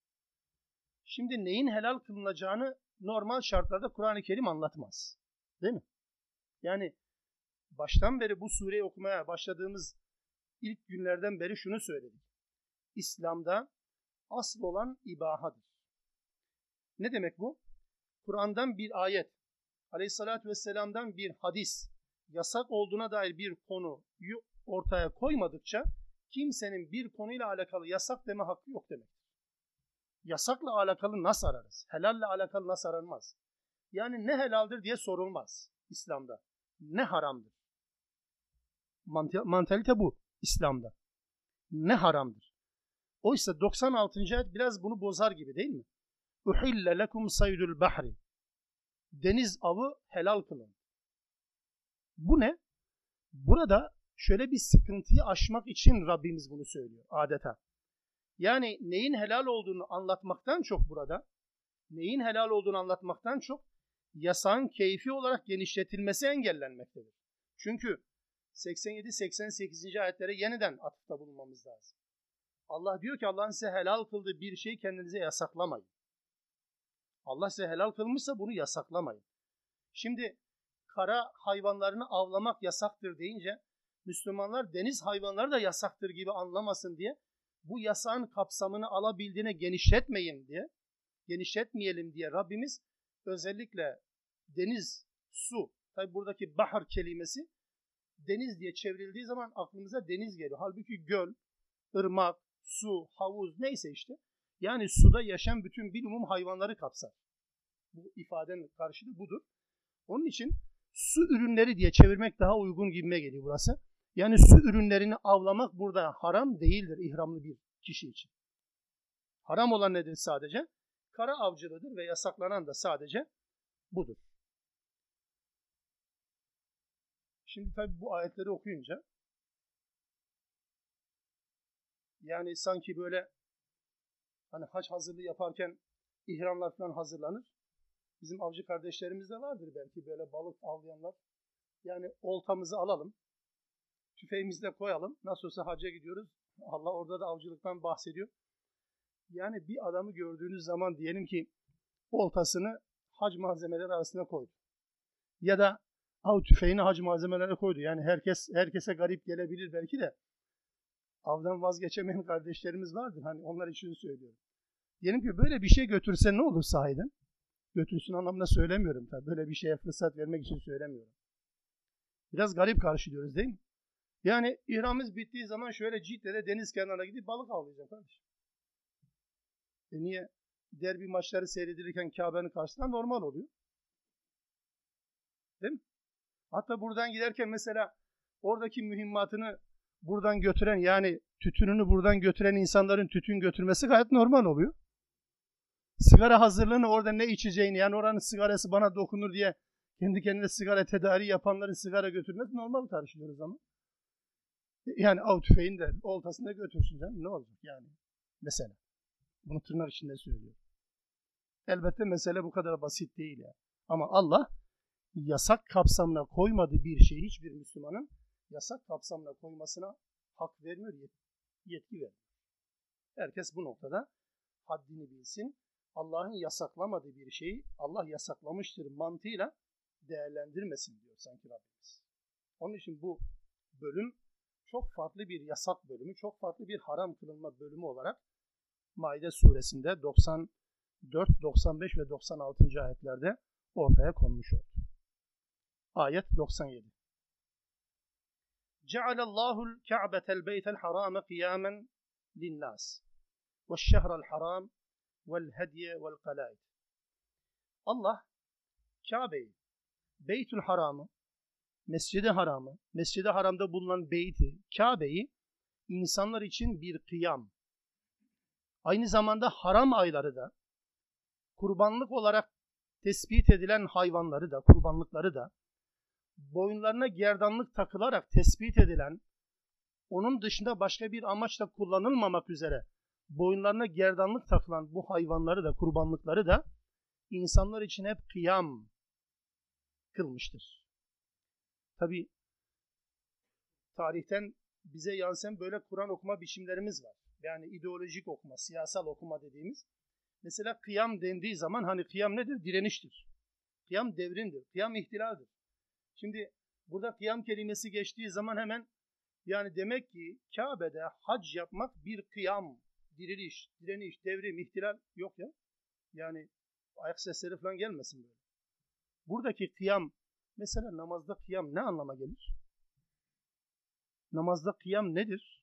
A: Şimdi neyin helal kılınacağını normal şartlarda Kur'an-ı Kerim anlatmaz. Değil mi? Yani baştan beri bu sureyi okumaya başladığımız ilk günlerden beri şunu söyledik. İslam'da asıl olan ibahadır. Ne demek bu? Kur'an'dan bir ayet, Aleyhisselatü Vesselam'dan bir hadis, yasak olduğuna dair bir konuyu ortaya koymadıkça kimsenin bir konuyla alakalı yasak deme hakkı yok demek. Yasakla alakalı nasıl ararız? Helalle alakalı nasıl aranmaz? Yani ne helaldir diye sorulmaz İslam'da. Ne haramdır? Mantalite bu İslam'da. Ne haramdır? Oysa 96. ayet biraz bunu bozar gibi değil mi? Uhille lekum saydul bahri. Deniz avı helal kılın. Bu ne? Burada şöyle bir sıkıntıyı aşmak için Rabbimiz bunu söylüyor adeta. Yani neyin helal olduğunu anlatmaktan çok burada, neyin helal olduğunu anlatmaktan çok yasağın keyfi olarak genişletilmesi engellenmektedir. Çünkü 87-88. ayetlere yeniden atıfta bulunmamız lazım. Allah diyor ki Allah'ın size helal kıldığı bir şeyi kendinize yasaklamayın. Allah size helal kılmışsa bunu yasaklamayın. Şimdi kara hayvanlarını avlamak yasaktır deyince Müslümanlar deniz hayvanları da yasaktır gibi anlamasın diye bu yasağın kapsamını alabildiğine genişletmeyelim diye Rabbimiz özellikle deniz, su, tabi buradaki bahar kelimesi deniz diye çevrildiği zaman aklımıza deniz geliyor. Halbuki göl, ırmak, su, havuz neyse işte. Yani suda yaşayan bütün bilumum hayvanları kapsar. Bu ifadenin karşılığı budur. Onun için su ürünleri diye çevirmek daha uygun gibime geliyor burası. Yani su ürünlerini avlamak burada haram değildir ihramlı bir kişi için. Haram olan nedir sadece? Kara avcılığıdır ve yasaklanan da sadece budur. Şimdi tabii bu ayetleri okuyunca yani sanki böyle hani hac hazırlığı yaparken ihramlar falan hazırlanır. Bizim avcı kardeşlerimiz de vardır belki böyle balık avlayanlar. Yani oltamızı alalım, tüfeğimizi de koyalım. Nasıl olsa hacca gidiyoruz. Allah orada da avcılıktan bahsediyor. Yani bir adamı gördüğünüz zaman diyelim ki oltasını hac malzemeleri arasına koydu. Ya da av tüfeğini hac malzemelerine koydu. Yani herkese garip gelebilir belki de. Avdan vazgeçemeyen kardeşlerimiz vardır. Hani onlar için söylüyorum. Diyelim ki böyle bir şey götürse ne olur sahiden? Götürsün anlamında söylemiyorum tabii. Böyle bir şeye fırsat vermek için söylemiyorum. Biraz garip karşılıyoruz değil mi? Yani ihramımız bittiği zaman şöyle Cidde'de deniz kenarına gidip balık avlayacağım kardeşim. Niye? Derbi maçları seyredilirken Kabe'nin karşısında normal oluyor. Değil mi? Hatta buradan giderken mesela oradaki mühimmatını buradan götüren yani tütününü buradan götüren insanların tütün götürmesi gayet normal oluyor. Sigara hazırlığını orada ne içeceğini yani oranın sigarası bana dokunur diye kendi kendine sigara tedariği yapanların sigara götürmesi normal karşılıyoruz ama. Yani av tüfeğini de oltasında götürsün canım. Ne olacak yani? Mesela. Bunu tırnak içinde söylüyor. Elbette mesele bu kadar basit değil ya. Ama Allah yasak kapsamına koymadığı bir şeyi hiçbir Müslümanın yasak kapsamına koymasına hak vermiyor, yetki vermiyor. Herkes bu noktada haddini bilsin. Allah'ın yasaklamadığı bir şeyi Allah yasaklamıştır mantığıyla değerlendirmesin diyor sanki Rabbimiz. Onun için bu bölüm çok farklı bir yasak bölümü, çok farklı bir haram kılınma bölümü olarak Maide suresinde 94, 95 ve 96. ayetlerde ortaya konmuş oldu. Ayet 97. Cealellahu'l Ka'betel beytel harame kıyamen linnas ve'ş-şehrel haram vel hediye vel kalaid. Allah Kabe'yi, Beytül Haram'ı, Mescid-i Haram'ı, Mescid-i Haram'da bulunan beyti, Kabe'yi insanlar için bir kıyam, aynı zamanda haram ayları da kurbanlık olarak tespit edilen hayvanları da, kurbanlıkları da, boyunlarına gerdanlık takılarak tespit edilen, onun dışında başka bir amaçla kullanılmamak üzere boyunlarına gerdanlık takılan bu hayvanları da, kurbanlıkları da insanlar için hep kıyam kılmıştır. Tabi tarihten bize yansıyan böyle Kur'an okuma biçimlerimiz var. Yani ideolojik okuma, siyasal okuma dediğimiz. Mesela kıyam dendiği zaman hani kıyam nedir? Direniştir. Kıyam devrimdir. Kıyam ihtilaldir. Şimdi burada kıyam kelimesi geçtiği zaman hemen yani demek ki Kabe'de hac yapmak bir kıyam, diriliş, direniş, devrim, ihtilal yok ya. Yani ayak sesleri falan gelmesin böyle. Buradaki kıyam, mesela namazda kıyam ne anlama gelir? Namazda kıyam nedir?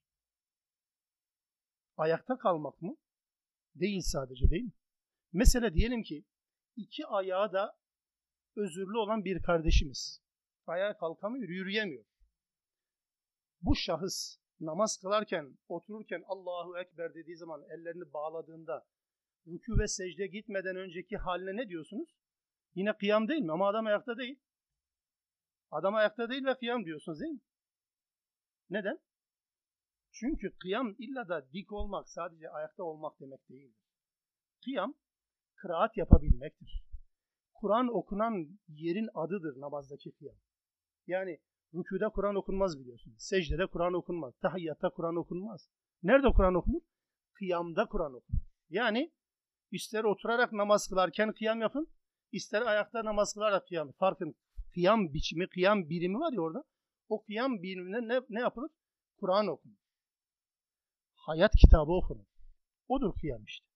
A: Ayakta kalmak mı? Değil sadece, değil mi? Mesela diyelim ki iki ayağı da özürlü olan bir kardeşimiz. Ayağa kalkamıyor, yürüyemiyor. Bu şahıs namaz kılarken, otururken Allahu Ekber dediği zaman ellerini bağladığında rükû ve secde gitmeden önceki haline ne diyorsunuz? Yine kıyam değil mi? Ama adam ayakta değil. Adam ayakta değil ve kıyam diyorsunuz değil mi? Neden? Çünkü kıyam illa da dik olmak, sadece ayakta olmak demek değildir. Kıyam, kıraat yapabilmektir. Kur'an okunan yerin adıdır namazdaki kıyam. Yani rükûda Kur'an okunmaz biliyorsunuz. Secdede Kur'an okunmaz. Tahiyyatta Kur'an okunmaz. Nerede Kur'an okunur? Kıyamda Kur'an okunur. Yani ister oturarak namaz kılarken kıyam yapın, ister ayakta namaz kılarak kıyam. Farkın kıyam biçimi, kıyam birimi var ya orada. O kıyam biriminde ne yapılır? Kur'an okunur. Hayat kitabı okunur. Odur kıyam işte.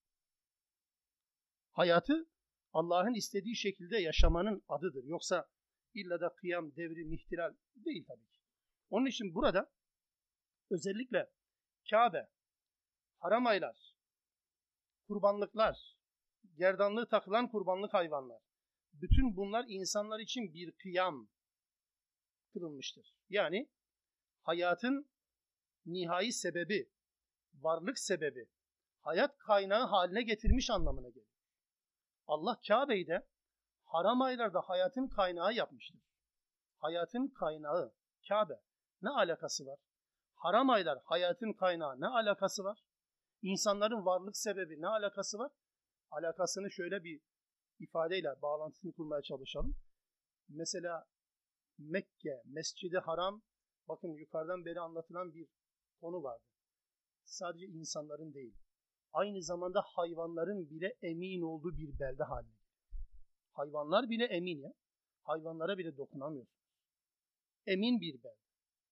A: Hayatı Allah'ın istediği şekilde yaşamanın adıdır. Yoksa illa da kıyam, devrim, ihtilal değil tabii ki. Onun için burada özellikle Kabe, haram aylar, kurbanlıklar, gerdanlığı takılan kurbanlık hayvanlar, bütün bunlar insanlar için bir kıyam kılınmıştır. Yani hayatın nihai sebebi, varlık sebebi, hayat kaynağı haline getirmiş anlamına gelir. Allah Kabe'yi de haram aylarda hayatın kaynağı yapmıştır. Hayatın kaynağı Kabe. Ne alakası var? Haram aylar hayatın kaynağı ne alakası var? İnsanların varlık sebebi ne alakası var? Alakasını şöyle bir ifadeyle bağlantısını kurmaya çalışalım. Mesela Mekke, Mescid-i Haram, bakın yukarıdan beri anlatılan bir konu vardı. Sadece insanların değil, aynı zamanda hayvanların bile emin olduğu bir belde haline geliyor. Hayvanlar bile emin ya. Hayvanlara bile dokunamıyorsunuz. Emin bir belde.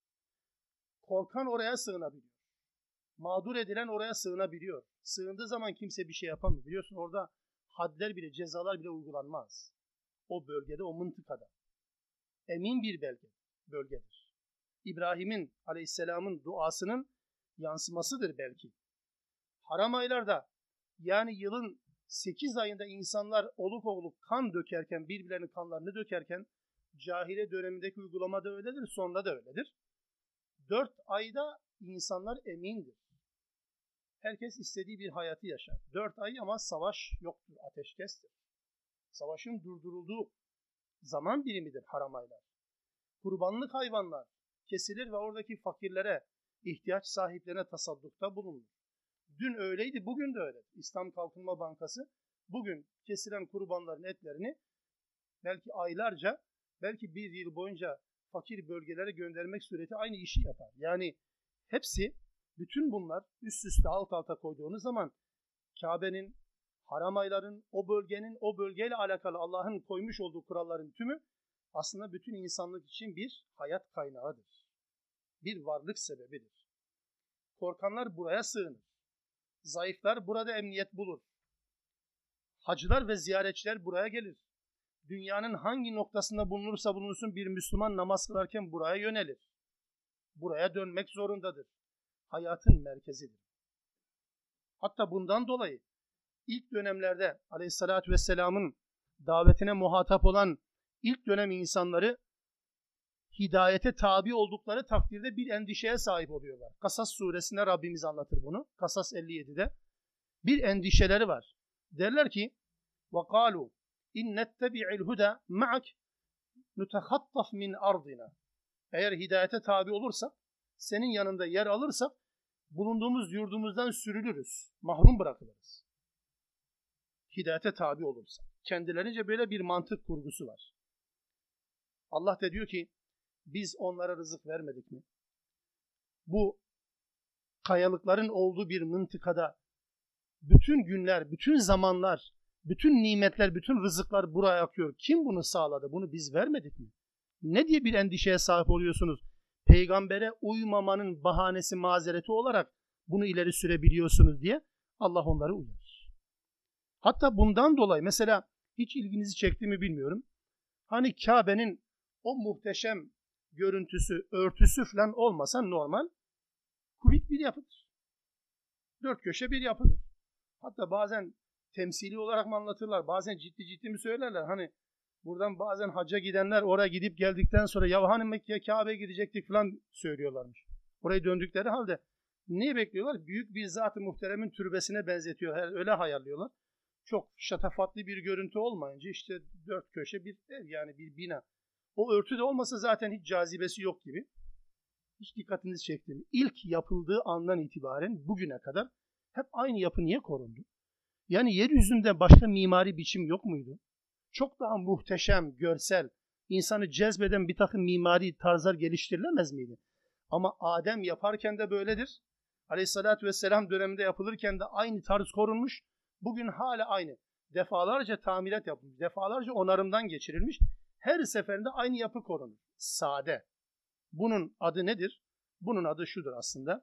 A: Korkan oraya sığınabiliyor. Mağdur edilen oraya sığınabiliyor. Sığındığı zaman kimse bir şey yapamıyor. Biliyorsun orada hadler bile, cezalar bile uygulanmaz. O bölgede, o mıntıkada. Emin bir bölgedir. İbrahim'in aleyhisselamın duasının yansımasıdır belki. Haram aylarda, yani yılın 8 ayında insanlar olup kan dökerken, birbirlerinin kanlarını dökerken, cahiliye dönemindeki uygulama da öyledir, sonra da öyledir. 4 ayda insanlar emindir. Herkes istediği bir hayatı yaşar. 4 ay ama savaş yoktur, ateşkestir. Savaşın durdurulduğu zaman birimidir haram aylar. Kurbanlık hayvanlar kesilir ve oradaki fakirlere, ihtiyaç sahiplerine tasaddukta bulunur. Dün öyleydi, bugün de öyle. İslam Kalkınma Bankası bugün kesilen kurbanların etlerini belki aylarca, belki bir yıl boyunca fakir bölgelere göndermek sureti aynı işi yapar. Yani hepsi, bütün bunlar üst üste alt alta koyduğunuz zaman Kabe'nin, haram ayların, o bölgenin, o bölgeyle alakalı Allah'ın koymuş olduğu kuralların tümü aslında bütün insanlık için bir hayat kaynağıdır. Bir varlık sebebidir. Korkanlar buraya sığınır. Zayıflar burada emniyet bulur. Hacılar ve ziyaretçiler buraya gelir. Dünyanın hangi noktasında bulunursa bulunsun bir Müslüman namaz kılarken buraya yönelir. Buraya dönmek zorundadır. Hayatın merkezidir. Hatta bundan dolayı ilk dönemlerde Aleyhisselatü Vesselam'ın davetine muhatap olan ilk dönem insanları hidayete tabi oldukları takdirde bir endişeye sahip oluyorlar. Kasas suresinde Rabbimiz anlatır bunu. Kasas 57'de. Bir endişeleri var. Derler ki وَقَالُوا İnnettebi'il huda ma'ak nutehattaf min ardina. Eğer hidayete tabi olursak, senin yanında yer alırsak, bulunduğumuz yurdumuzdan sürülürüz, mahrum bırakılırız. Hidayete tabi olursak. Kendilerince böyle bir mantık kurgusu var. Allah da diyor ki, biz onlara rızık vermedik mi? Bu kayalıkların olduğu bir mıntıkada bütün günler, bütün zamanlar, bütün nimetler, bütün rızıklar buraya akıyor. Kim bunu sağladı? Bunu biz vermedik mi? Ne diye bir endişeye sahip oluyorsunuz? Peygambere uymamanın bahanesi, mazereti olarak bunu ileri sürebiliyorsunuz diye Allah onları uyarır. Hatta bundan dolayı mesela hiç ilginizi çekti mi bilmiyorum. Hani Kabe'nin o muhteşem görüntüsü, örtüsü falan olmasa normal kubik bir yapıdır. Dört köşe bir yapıdır. Hatta bazen temsili olarak mı anlatırlar, bazen ciddi mi söylerler. Hani buradan bazen hacca gidenler oraya gidip geldikten sonra ya hani Mekke'ye, Kabe'ye gidecektik falan söylüyorlarmış. Orayı döndükleri halde niye bekliyorlar? Büyük bir zat-ı muhteremin türbesine benzetiyor. Öyle hayallıyorlar. Çok şatafatlı bir görüntü olmayınca işte dört köşe bir ev, yani bir bina. O örtü de olmasa zaten hiç cazibesi yok gibi. Hiç dikkatinizi çekti mi? İlk yapıldığı andan itibaren bugüne kadar hep aynı yapı niye korundu? Yani yeryüzünde başka mimari biçim yok muydu? Çok daha muhteşem, görsel, insanı cezbeden bir takım mimari tarzlar geliştirilemez miydi? Ama Adem yaparken de böyledir. Aleyhissalatü vesselam döneminde yapılırken de aynı tarz korunmuş. Bugün hala aynı. Defalarca tamirat yapılmış, defalarca onarımdan geçirilmiş. Her seferinde aynı yapı korunur. Sade. Bunun adı nedir? Bunun adı şudur aslında.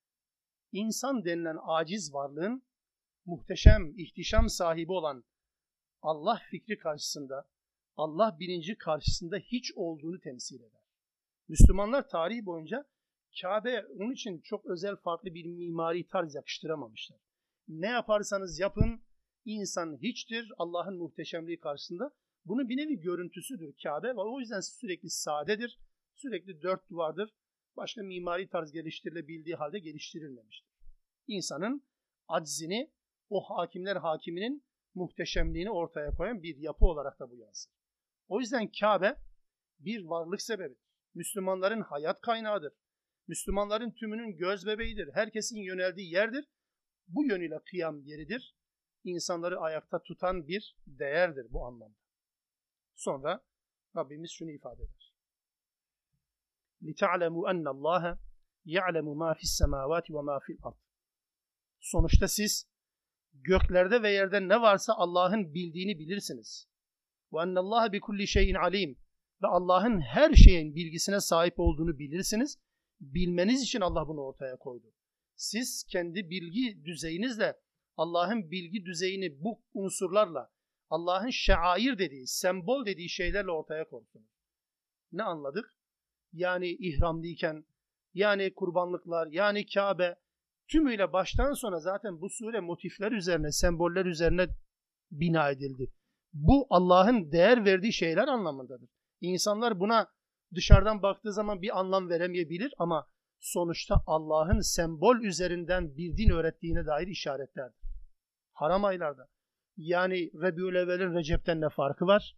A: İnsan denilen aciz varlığın muhteşem, ihtişam sahibi olan Allah fikri karşısında, Allah bilinci karşısında hiç olduğunu temsil eder. Müslümanlar tarihi boyunca Kabe onun için çok özel, farklı bir mimari tarz yakıştıramamışlar. Ne yaparsanız yapın, insan hiçtir Allah'ın muhteşemliği karşısında. Bunun bir nevi görüntüsüdür Kabe ve o yüzden sürekli sadedir, sürekli dört duvardır. Başka mimari tarz geliştirilebildiği halde geliştirilmemiştir. İnsanın aczini, o hakimler hakiminin muhteşemliğini ortaya koyan bir yapı olarak da bu yansır. O yüzden Kabe bir varlık sebebidir. Müslümanların hayat kaynağıdır. Müslümanların tümünün göz bebeğidir. Herkesin yöneldiği yerdir. Bu yönüyle kıyam yeridir. İnsanları ayakta tutan bir değerdir bu anlamda. Sonra Rabbimiz şunu ifade eder. لِتَعْلَمُوا أَنَّ اللّٰهَ يَعْلَمُ مَا فِي السَّمَاوَاتِ وَمَا فِي الْأَرْضِ. Sonuçta siz göklerde ve yerde ne varsa Allah'ın bildiğini bilirsiniz. وَاَنَّ اللّٰهَ بِكُلِّ شَيْءٍ عَلِيمٍ. Ve Allah'ın her şeyin bilgisine sahip olduğunu bilirsiniz. Bilmeniz için Allah bunu ortaya koydu. Siz kendi bilgi düzeyinizle Allah'ın bilgi düzeyini bu unsurlarla, Allah'ın şair dediği, sembol dediği şeylerle ortaya koydunuz. Ne anladık? Yani ihramlıyken, yani kurbanlıklar, yani Kabe, tümüyle baştan sona zaten bu sure motifler üzerine, semboller üzerine bina edildi. Bu Allah'ın değer verdiği şeyler anlamındadır. İnsanlar buna dışarıdan baktığı zaman bir anlam veremeyebilir ama sonuçta Allah'ın sembol üzerinden bir din öğrettiğine dair işaretlerdir. Haram aylarda, yani Rebiülevvel'in Recep'ten ne farkı var?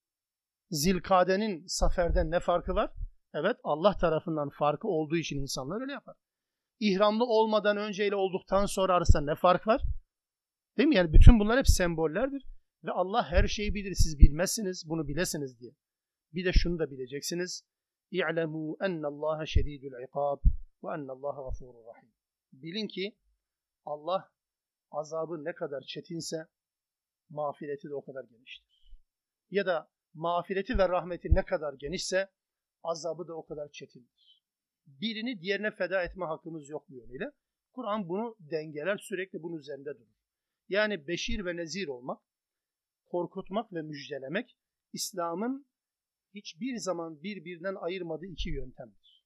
A: Zilkade'nin Safer'den ne farkı var? Evet, Allah tarafından farkı olduğu için insanlar öyle yapar. İhramlı olmadan önceyle olduktan sonra arasında ne fark var? Değil mi? Yani bütün bunlar hep sembollerdir. Ve Allah her şeyi bilir. Siz bilmezsiniz, bunu bilesiniz diye. Bir de şunu da bileceksiniz. İ'lemû ennallâhe şedîdül ikâb ve ennallâhe gafûrur rahîm. Bilin ki Allah azabı ne kadar çetinse mağfireti de o kadar geniştir. Ya da mağfireti ve rahmeti ne kadar genişse azabı da o kadar çetindir. Birini diğerine feda etme hakkımız yok bu yönüyle. Kur'an bunu dengeler, sürekli bunun üzerinde durur. Yani beşir ve nezir olmak, korkutmak ve müjdelemek, İslam'ın hiçbir zaman birbirinden ayırmadığı iki yöntemdir.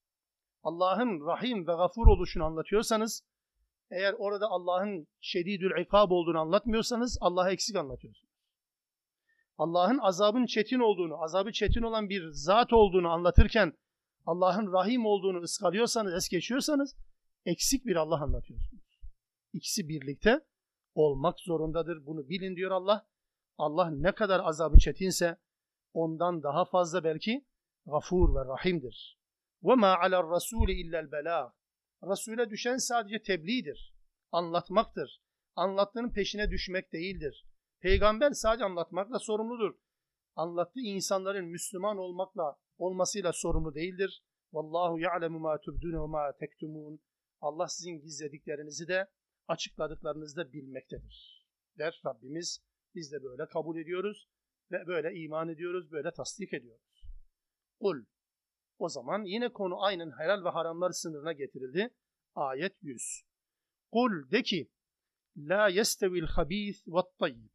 A: Allah'ın rahim ve gafur oluşunu anlatıyorsanız, eğer orada Allah'ın şedidül ikab olduğunu anlatmıyorsanız, Allah'a eksik anlatıyorsunuz. Allah'ın azabın çetin olduğunu, azabı çetin olan bir zat olduğunu anlatırken, Allah'ın rahim olduğunu ıskalıyorsanız, es geçiyorsanız, eksik bir Allah anlatıyorsunuz. İkisi birlikte olmak zorundadır. Bunu bilin diyor Allah. Allah ne kadar azabı çetinse ondan daha fazla belki gafur ve rahimdir. وَمَا عَلَى الرَّسُولِ اِلَّا الْبَلَاغِ Resul'e düşen sadece tebliğdir, anlatmaktır. Anlattığının peşine düşmek değildir. Peygamber sadece anlatmakla sorumludur. Anlattığı insanların Müslüman olmasıyla sorumlu değildir. Vallahu ya'lemu ma tubdun ve ma tektumun. Allah sizin gizlediklerinizi de açıkladıklarınızı da bilmektedir der Rabbimiz. Biz de böyle kabul ediyoruz ve böyle iman ediyoruz, böyle tasdik ediyoruz. Kul. O zaman yine konu aynen helal ve haramlar sınırına getirildi. Ayet 100. Kul de ki la yestevil habîs ve't-tayyib.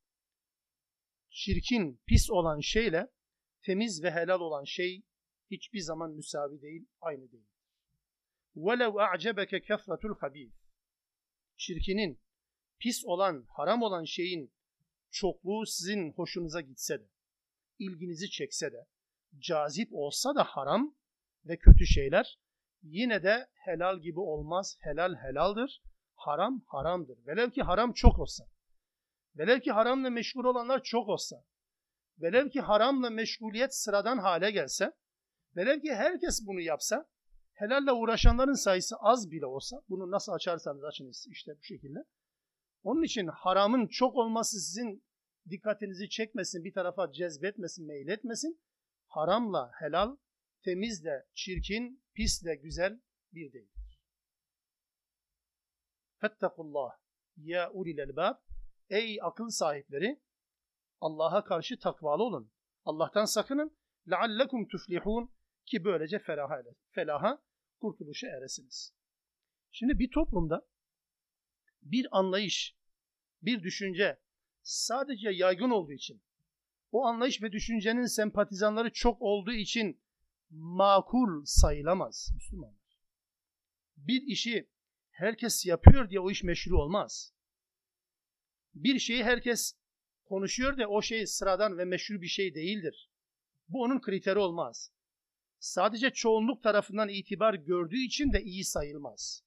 A: Çirkin, pis olan şeyle temiz ve helal olan şey hiçbir zaman müsavi değil, aynı değil. وَلَوْ أَعْجَبَكَ كَفْرَةُ الْخَب۪يثِ Çirkinin, pis olan, haram olan şeyin çokluğu sizin hoşunuza gitse de, ilginizi çekse de, cazip olsa da haram ve kötü şeyler, yine de helal gibi olmaz. Helal helaldir, haram haramdır. Velev ki haram çok olsa, velev ki haramla meşgul olanlar çok olsa, velev ki haramla meşguliyet sıradan hale gelse, velev ki herkes bunu yapsa, helalle uğraşanların sayısı az bile olsa, bunu nasıl açarsanız açın işte bu şekilde. Onun için haramın çok olması sizin dikkatinizi çekmesin, bir tarafa cezbetmesin, meyletmesin. Haramla helal, temizle çirkin, pisle güzel bir değildir. Fettakullah ya ulil elbab. Ey akıl sahipleri, Allah'a karşı takvalı olun. Allah'tan sakının. لَعَلَّكُمْ تُفْلِحُونَ Ki böylece felaha, kurtuluşa eresiniz. Şimdi bir toplumda bir anlayış, bir düşünce sadece yaygın olduğu için, o anlayış ve düşüncenin sempatizanları çok olduğu için makul sayılamaz Müslümanlar. Bir işi herkes yapıyor diye o iş meşru olmaz. Bir şeyi herkes konuşuyor diye o şey sıradan ve meşru bir şey değildir. Bu onun kriteri olmaz. Sadece çoğunluk tarafından itibar gördüğü için de iyi sayılmaz.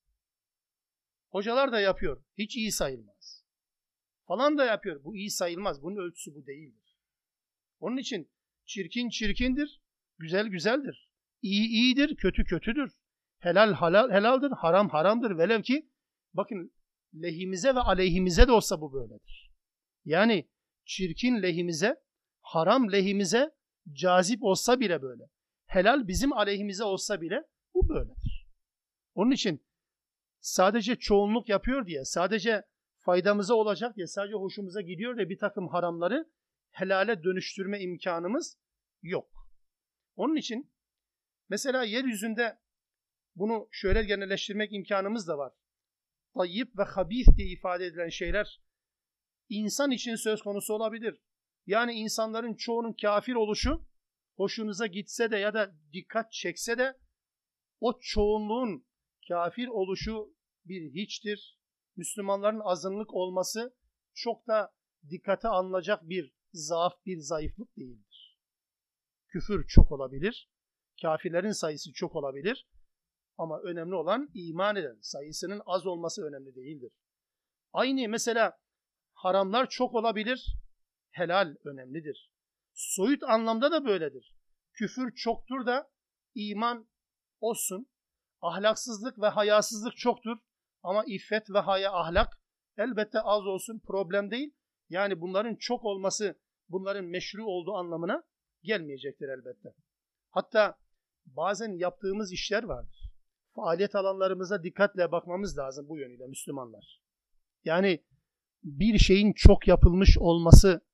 A: Hocalar da yapıyor, hiç iyi sayılmaz. Falan da yapıyor, bu iyi sayılmaz. Bunun ölçüsü bu değildir. Onun için çirkin çirkindir, güzel güzeldir. İyi iyidir, kötü kötüdür. Helal helaldir, haram haramdır. Velev ki bakın lehimize ve aleyhimize de olsa bu böyledir. Yani çirkin lehimize, haram lehimize cazip olsa bile böyle. Helal bizim aleyhimize olsa bile bu böyledir. Onun için sadece çoğunluk yapıyor diye, sadece faydamıza olacak diye, sadece hoşumuza gidiyor diye bir takım haramları helale dönüştürme imkanımız yok. Onun için mesela yeryüzünde bunu şöyle genelleştirmek imkanımız da var. Tayyip ve habis diye ifade edilen şeyler insan için söz konusu olabilir. Yani insanların çoğunun kafir oluşu hoşunuza gitse de ya da dikkat çekse de o çoğunluğun kafir oluşu bir hiçtir. Müslümanların azınlık olması çok da dikkate alınacak bir zaaf, bir zayıflık değildir. Küfür çok olabilir, kafirlerin sayısı çok olabilir ama önemli olan iman eden sayısının az olması önemli değildir. Aynı mesela haramlar çok olabilir, helal önemlidir. Soyut anlamda da böyledir. Küfür çoktur da iman olsun. Ahlaksızlık ve hayasızlık çoktur ama iffet ve haya, ahlak elbette az olsun, problem değil. Yani bunların çok olması bunların meşru olduğu anlamına gelmeyecektir elbette. Hatta bazen yaptığımız işler vardır. Faaliyet alanlarımıza dikkatle bakmamız lazım bu yönüyle Müslümanlar. Yani bir şeyin çok yapılmış olması,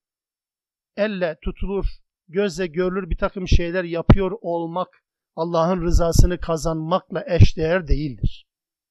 A: elle tutulur, gözle görülür bir takım şeyler yapıyor olmak, Allah'ın rızasını kazanmakla eşdeğer değildir.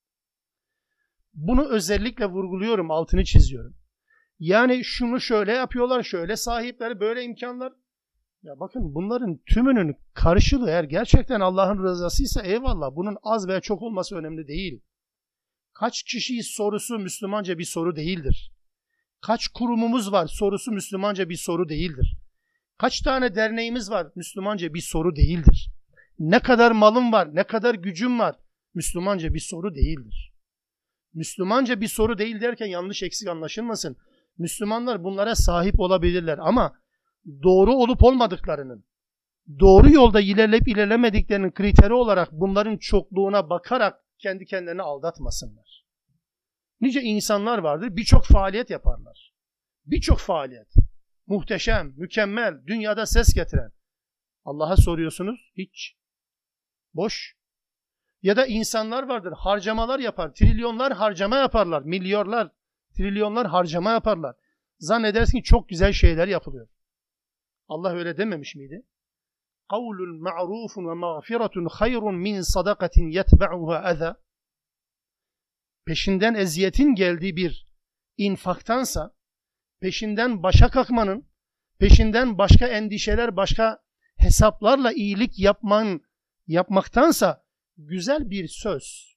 A: Bunu özellikle vurguluyorum, altını çiziyorum. Yani şunu şöyle yapıyorlar, şöyle sahipleri, böyle imkanlar. Ya bakın bunların tümünün karşılığı eğer gerçekten Allah'ın rızasıysa eyvallah, bunun az veya çok olması önemli değil. Kaç kişiyiz sorusu Müslümanca bir soru değildir. Kaç kurumumuz var sorusu Müslümanca bir soru değildir. Kaç tane derneğimiz var Müslümanca bir soru değildir. Ne kadar malım var, ne kadar gücüm var Müslümanca bir soru değildir. Müslümanca bir soru değil derken yanlış eksik anlaşılmasın. Müslümanlar bunlara sahip olabilirler ama doğru olup olmadıklarının, doğru yolda ilerleyip ilerlemediklerinin kriteri olarak bunların çokluğuna bakarak kendi kendilerini aldatmasınlar. Nice insanlar vardır, birçok faaliyet yaparlar. Birçok faaliyet. Muhteşem, mükemmel, dünyada ses getiren. Allah'a soruyorsunuz, hiç. Boş. Ya da insanlar vardır, harcamalar yapar, trilyonlar harcama yaparlar, milyarlar, trilyonlar harcama yaparlar. Zannedersin ki çok güzel şeyler yapılıyor. Allah öyle dememiş miydi? قَوْلٌ مَعْرُوفٌ وَمَغْفِرَةٌ خَيْرٌ مِنْ صَدَقَةٍ يَتْبَعُهَا اَذَى. Peşinden eziyetin geldiği bir infaktansa, peşinden başa kalkmanın, peşinden başka endişeler, başka hesaplarla iyilik yapmaktansa güzel bir söz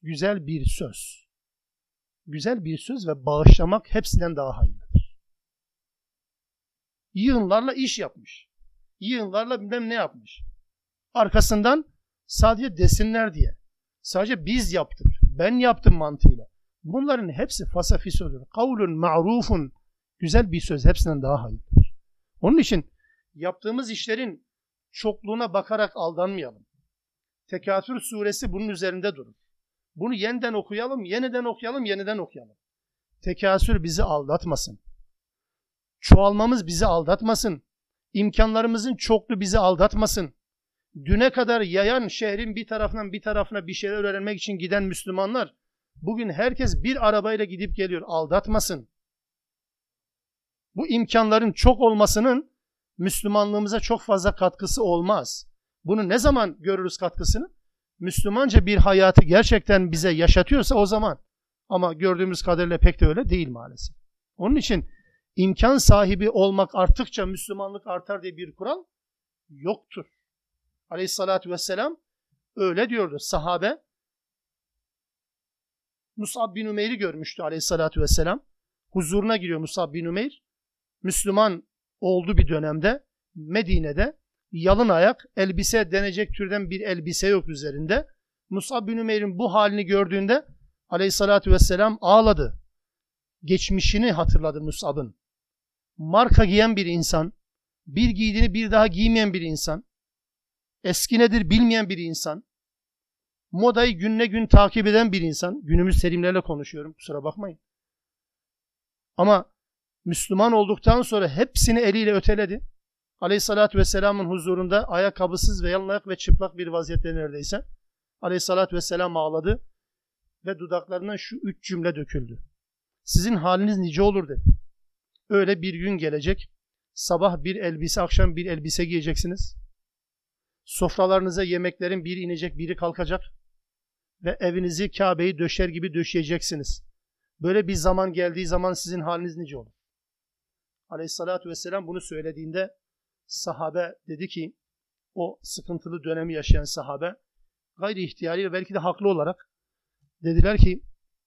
A: ve bağışlamak hepsinden daha hayırlıdır. Yığınlarla iş yapmış. Yığınlarla bilmem ne yapmış. Arkasından sadece desinler diye. Sadece biz yaptık, ben yaptım mantığıyla. Bunların hepsi fasafisodur. Kavlun ma'rufun, güzel bir söz hepsinden daha hayırlıdır. Onun için yaptığımız işlerin çokluğuna bakarak aldanmayalım. Tekâsür suresi bunun üzerinde durur. Bunu yeniden okuyalım, yeniden okuyalım. Tekâsür bizi aldatmasın. Çoğalmamız bizi aldatmasın. İmkanlarımızın çokluğu bizi aldatmasın. Düne kadar yayan şehrin bir tarafına bir şeyler öğrenmek için giden Müslümanlar, bugün herkes bir arabayla gidip geliyor. Aldatmasın. Bu imkanların çok olmasının Müslümanlığımıza çok fazla katkısı olmaz. Bunu ne zaman görürüz katkısını? Müslümanca bir hayatı gerçekten bize yaşatıyorsa o zaman. Ama gördüğümüz kadarıyla pek de öyle değil maalesef. Onun için imkan sahibi olmak arttıkça Müslümanlık artar diye bir kural yoktur. Aleyhissalatü vesselam öyle diyordu. Sahabe Mus'ab bin Ümeyr'i görmüştü aleyhissalatü vesselam. Huzuruna giriyor Mus'ab bin Ümeyr. Müslüman olduğu bir dönemde Medine'de yalın ayak, elbise denecek türden bir elbise yok üzerinde. Mus'ab bin Ümeyr'in bu halini gördüğünde aleyhissalatü vesselam ağladı. Geçmişini hatırladı Mus'ab'ın. Marka giyen bir insan, bir giydiğini bir daha giymeyen bir insan, eski nedir bilmeyen bir insan, modayı günle gün takip eden bir insan, günümüz terimlerle konuşuyorum, kusura bakmayın. Ama Müslüman olduktan sonra hepsini eliyle öteledi. Aleyhissalatü vesselamın huzurunda ayakkabısız ve yalın ayak ve çıplak bir vaziyette neredeyse. Aleyhissalatü vesselam ağladı ve dudaklarından şu 3 cümle döküldü. Sizin haliniz nice olur dedi. Öyle bir gün gelecek, sabah bir elbise, akşam bir elbise giyeceksiniz. Sofralarınıza yemeklerin biri inecek, biri kalkacak ve evinizi Kabe'yi döşer gibi döşeyeceksiniz. Böyle bir zaman geldiği zaman sizin haliniz nice olur. Aleyhissalatü vesselam bunu söylediğinde sahabe dedi ki, o sıkıntılı dönemi yaşayan sahabe gayri ihtiyari ve belki de haklı olarak dediler ki,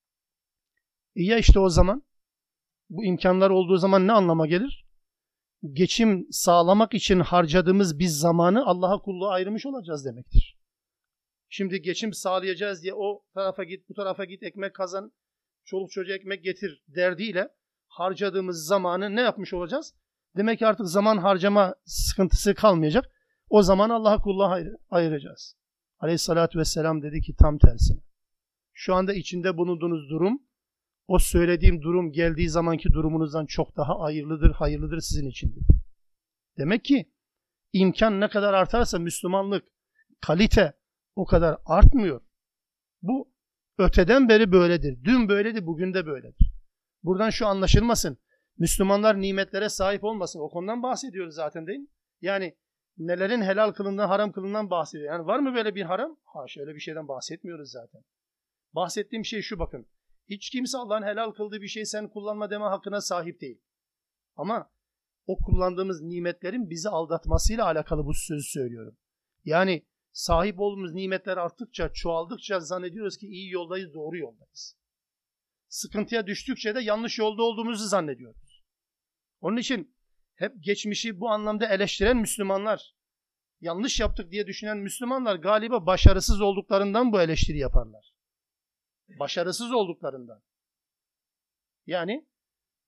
A: ya işte o zaman bu imkanlar olduğu zaman ne anlama gelir? Geçim sağlamak için harcadığımız biz zamanı Allah'a kulluğa ayırmış olacağız demektir. Şimdi geçim sağlayacağız diye o tarafa git, bu tarafa git, ekmek kazan, çoluk çocuğa ekmek getir derdiyle harcadığımız zamanı ne yapmış olacağız? Demek ki artık zaman harcama sıkıntısı kalmayacak. O zaman Allah'a kulluğa ayıracağız. Aleyhissalatü vesselam dedi ki tam tersine. Şu anda içinde bulunduğunuz durum, o söylediğim durum geldiği zamanki durumunuzdan çok daha hayırlıdır sizin için dedi. Demek ki imkan ne kadar artarsa Müslümanlık, kalite o kadar artmıyor. Bu öteden beri böyledir. Dün böyledi, bugün de böyledir. Buradan şu anlaşılmasın. Müslümanlar nimetlere sahip olmasın. O konudan bahsediyoruz zaten değil mi? Yani nelerin helal kılından, haram kılından bahsediyor. Yani var mı böyle bir haram? Haşa, öyle bir şeyden bahsetmiyoruz zaten. Bahsettiğim şey şu bakın. Hiç kimse Allah'ın helal kıldığı bir şey sen kullanma deme hakkına sahip değil. Ama o kullandığımız nimetlerin bizi aldatmasıyla alakalı bu sözü söylüyorum. Yani sahip olduğumuz nimetler arttıkça, çoğaldıkça zannediyoruz ki iyi yoldayız, doğru yoldayız. Sıkıntıya düştükçe de yanlış yolda olduğumuzu zannediyoruz. Onun için hep geçmişi bu anlamda eleştiren Müslümanlar, yanlış yaptık diye düşünen Müslümanlar galiba başarısız olduklarından bu eleştiri yaparlar. Başarısız olduklarından. Yani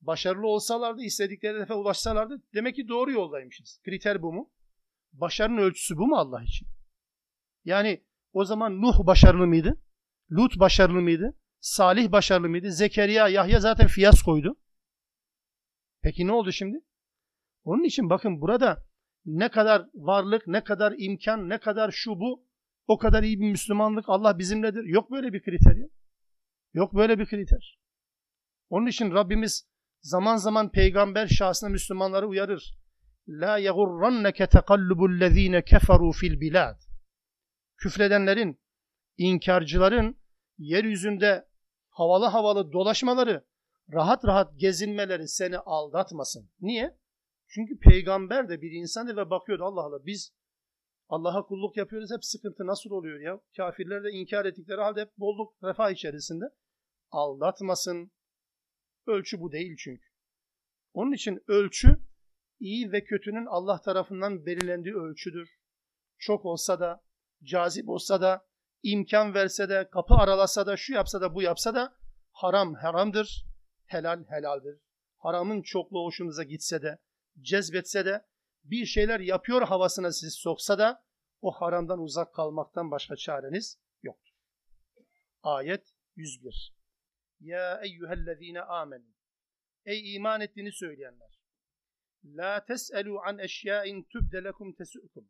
A: Başarılı olsalardı, istedikleri hedefe ulaşsalardı demek ki doğru yoldaymışız. Kriter bu mu? Başarının ölçüsü bu mu Allah için? Yani o zaman Nuh başarılı mıydı? Lut başarılı mıydı? Salih başarılı mıydı? Zekeriya, Yahya zaten fiyaskoydu. Peki ne oldu şimdi? Onun için bakın burada ne kadar varlık, ne kadar imkan, ne kadar şu bu, o kadar iyi bir Müslümanlık, Allah bizimledir. Yok böyle bir kriter ya. Yok böyle bir kriter. Onun için Rabbimiz zaman zaman peygamber şahsına Müslümanları uyarır. La yagurranneke tekallubul-lezine keferu fil bilad. Küfredenlerin, inkarcıların yeryüzünde havalı havalı dolaşmaları, rahat rahat gezinmeleri seni aldatmasın. Niye? Çünkü peygamber de bir insandı ve bakıyordu, Allah Allah biz Allah'a kulluk yapıyoruz, hep sıkıntı nasıl oluyor ya? Kafirler de inkar ettikleri halde hep bolluk, refah içerisinde. Aldatmasın. Ölçü bu değil çünkü. Onun için ölçü iyi ve kötünün Allah tarafından belirlendiği ölçüdür. Çok olsa da, cazip olsa da, imkan verse de, kapı aralasa da, şu yapsa da, bu yapsa da haram haramdır, helal helaldir. Haramın çokluğu hoşunuza gitse de, cezbetse de, bir şeyler yapıyor havasına sizi soksa da o haramdan uzak kalmaktan başka çareniz yoktur. Ayet 101. Ya eyyühellezine amenu. Ey iman ettiğini söyleyenler. La tes'elu an eşyâin tübde lekum tesu'kum.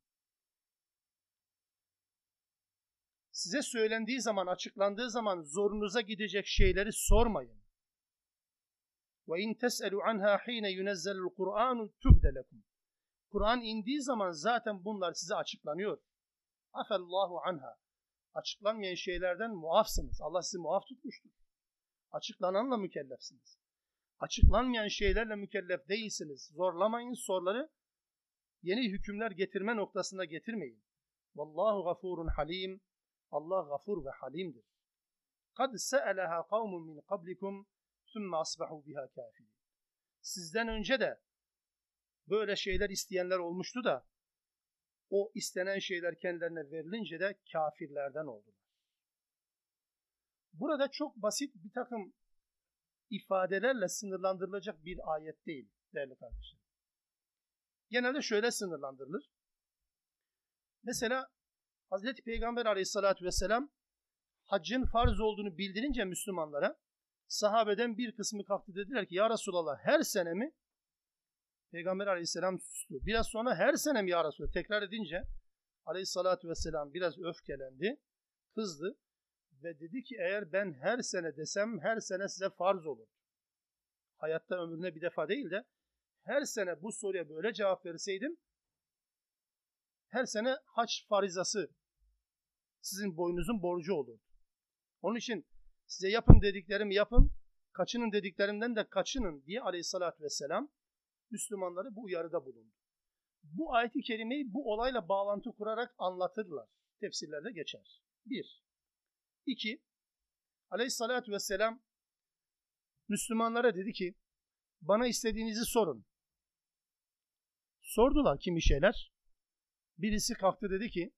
A: Size söylendiği zaman, açıklandığı zaman zorunuza gidecek şeyleri sormayın. Ve in tes'elu anha hîne yunezzelul Kur'anu tübde lekum. Kur'an indiği zaman zaten bunlar size açıklanıyor. Afallahu anha. Açıklanmayan şeylerden muafsınız. Allah sizi muaf tutmuştur. Açıklananla mükellefsiniz. Açıklanmayan şeylerle mükellef değilsiniz. Zorlamayın, soruları yeni hükümler getirme noktasına getirmeyin. Vallahu gafurun halim. Allah gafur ve halimdir. Kad se'eleha kavmun min qablikum thumme asbahu biha kafirin. Sizden önce de böyle şeyler isteyenler olmuştu da o istenen şeyler kendilerine verilince de kafirlerden oldular. Burada çok basit bir takım ifadelerle sınırlandırılacak bir ayet değil değerli kardeşlerim. Genelde şöyle sınırlandırılır. Mesela Hazreti Peygamber Aleyhisselatü Vesselam haccın farz olduğunu bildirince Müslümanlara sahabeden bir kısmı kalktı, dediler ki ya Resulallah her sene mi? Peygamber Aleyhisselam sustu. Biraz sonra her sene mi ya Resulallah? Tekrar edince Aleyhisselatü Vesselam biraz öfkelendi, kızdı ve dedi ki eğer ben her sene desem her sene size farz olur. Hayatta ömrüne bir defa değil de her sene bu soruya böyle cevap verseydim her sene hac farizası sizin boynunuzun borcu olur. Onun için size yapın dediklerimi yapın, kaçının dediklerimden de kaçının diye Aleyhisselatü Vesselam Müslümanları bu uyarıda bulundu. Bu ayet-i kerimeyi bu olayla bağlantı kurarak anlatırlar. Tefsirlerde geçer. 1. 2. Aleyhisselatü Vesselam Müslümanlara dedi ki bana istediğinizi sorun. Sordular kimi şeyler. Birisi kalktı dedi ki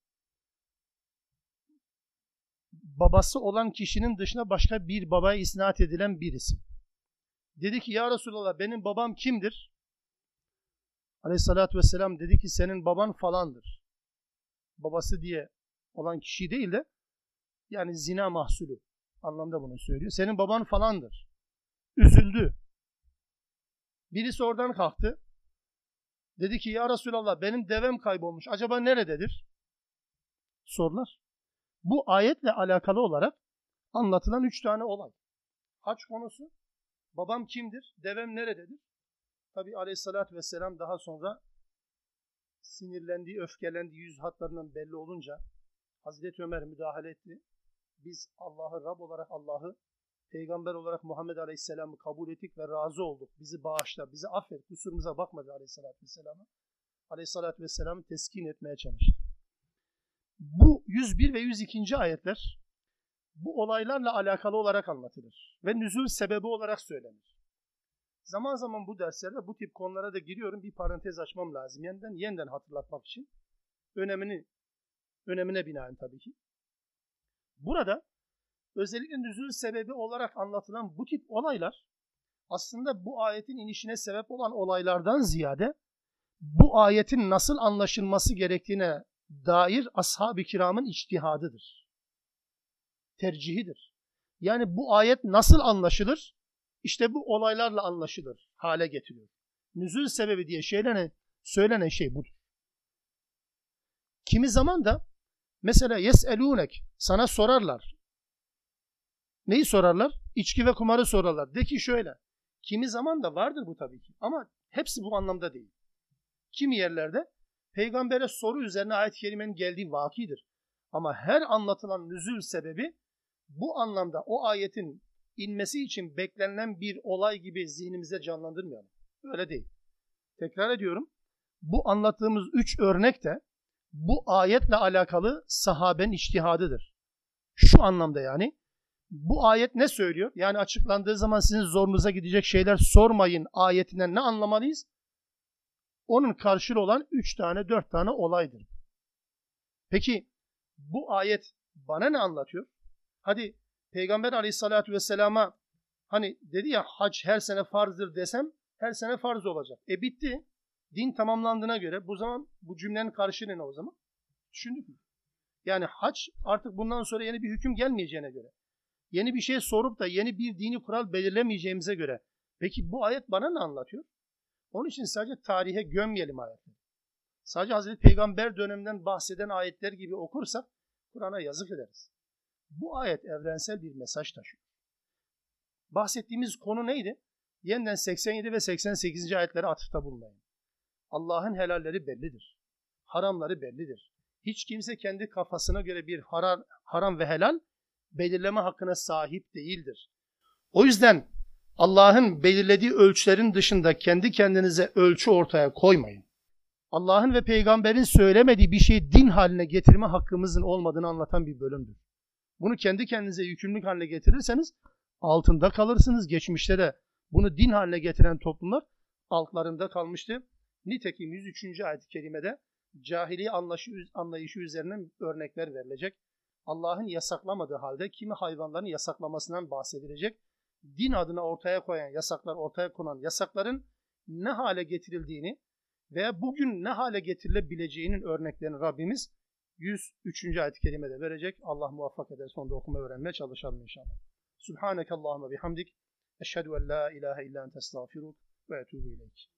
A: babası olan kişinin dışında başka bir babaya isnat edilen birisi. Dedi ki ya Resulallah benim babam kimdir? Aleyhissalatü vesselam dedi ki senin baban falandır. Babası diye olan kişi değil de yani zina mahsulü anlamda bunu söylüyor. Senin baban falandır. Üzüldü. Birisi oradan kalktı. Dedi ki ya Resulallah benim devem kaybolmuş. Acaba nerededir? Sorular. Bu ayetle alakalı olarak anlatılan 3 tane olay. Hac konusu, babam kimdir, devem nerededir? Tabi Aleyhisselatü Vesselam daha sonra sinirlendiği, öfkelendiği yüz hatlarından belli olunca Hazreti Ömer müdahale etti. Biz Allah'ı Rab olarak Allah'ı, Peygamber olarak Muhammed Aleyhisselam'ı kabul ettik ve razı olduk. Bizi bağışla, bizi affet, kusurumuza bakmadı Aleyhisselatü Vesselam'a. Aleyhisselatü Vesselam'ı teskin etmeye çalıştı. Bu 101 ve 102. ayetler bu olaylarla alakalı olarak anlatılır ve nüzul sebebi olarak söylenir. Zaman zaman bu derslerde bu tip konulara da giriyorum. Bir parantez açmam lazım. Yeniden hatırlatmak için. Önemine binaen tabii ki. Burada özellikle nüzul sebebi olarak anlatılan bu tip olaylar aslında bu ayetin inişine sebep olan olaylardan ziyade bu ayetin nasıl anlaşılması gerektiğine dair ashab-ı kiramın içtihadıdır. Tercihidir. Yani bu ayet nasıl anlaşılır? İşte bu olaylarla anlaşılır, hale getiriyor. Nüzul sebebi diye söylenen şey budur. Kimi zaman da mesela yes'elûnek, sana sorarlar. Neyi sorarlar? İçki ve kumarı sorarlar. De ki şöyle, kimi zaman da vardır bu tabii ki ama hepsi bu anlamda değil. Kimi yerlerde peygambere soru üzerine ayet-i kerimenin geldiği vakidir. Ama her anlatılan nüzul sebebi bu anlamda o ayetin inmesi için beklenen bir olay gibi zihnimize canlandırmayalım. Öyle değil. Tekrar ediyorum. Bu anlattığımız 3 örnek de bu ayetle alakalı sahabenin içtihadıdır. Şu anlamda yani. Bu ayet ne söylüyor? Yani açıklandığı zaman sizin zorunuza gidecek şeyler sormayın ayetinden ne anlamalıyız? Onun karşılığı olan 3 tane 4 tane olaydır. Peki bu ayet bana ne anlatıyor? Hadi Peygamber Aleyhisselatü Vesselam'a hani dedi ya hac her sene farzdır desem her sene farz olacak. Bitti. Din tamamlandığına göre bu zaman bu cümlenin karşılığı ne o zaman? Düşündük mü? Yani hac artık bundan sonra yeni bir hüküm gelmeyeceğine göre, yeni bir şey sorup da yeni bir dini kural belirlemeyeceğimize göre peki bu ayet bana ne anlatıyor? Onun için sadece tarihe gömmeyelim ayetleri. Sadece Hazreti Peygamber döneminden bahseden ayetler gibi okursak Kur'an'a yazık ederiz. Bu ayet evrensel bir mesaj taşıyor. Bahsettiğimiz konu neydi? Yeniden 87 ve 88. ayetlere atıfta bulunmayın. Allah'ın helalleri bellidir. Haramları bellidir. Hiç kimse kendi kafasına göre bir haram ve helal belirleme hakkına sahip değildir. O yüzden Allah'ın belirlediği ölçülerin dışında kendi kendinize ölçü ortaya koymayın. Allah'ın ve peygamberin söylemediği bir şeyi din haline getirme hakkımızın olmadığını anlatan bir bölümdür. Bunu kendi kendinize yükümlülük haline getirirseniz altında kalırsınız. Geçmişte de bunu din haline getiren toplumlar altlarında kalmıştı. Nitekim 103. ayet-i kerimede cahiliye anlayışı üzerinden örnekler verilecek. Allah'ın yasaklamadığı halde kimi hayvanların yasaklamasından bahsedilecek. Din adına ortaya konan yasakların ne hale getirildiğini veya bugün ne hale getirilebileceğinin örneklerini Rabbimiz 103. ayet-i kerimede verecek. Allah muvaffak eder. Sonunda okuma öğrenmeye çalışalım inşallah. Subhaneke Allahümme bihamdik. Eşhedü en la ilahe illa ente estağfiruk ve etûbü ileyk.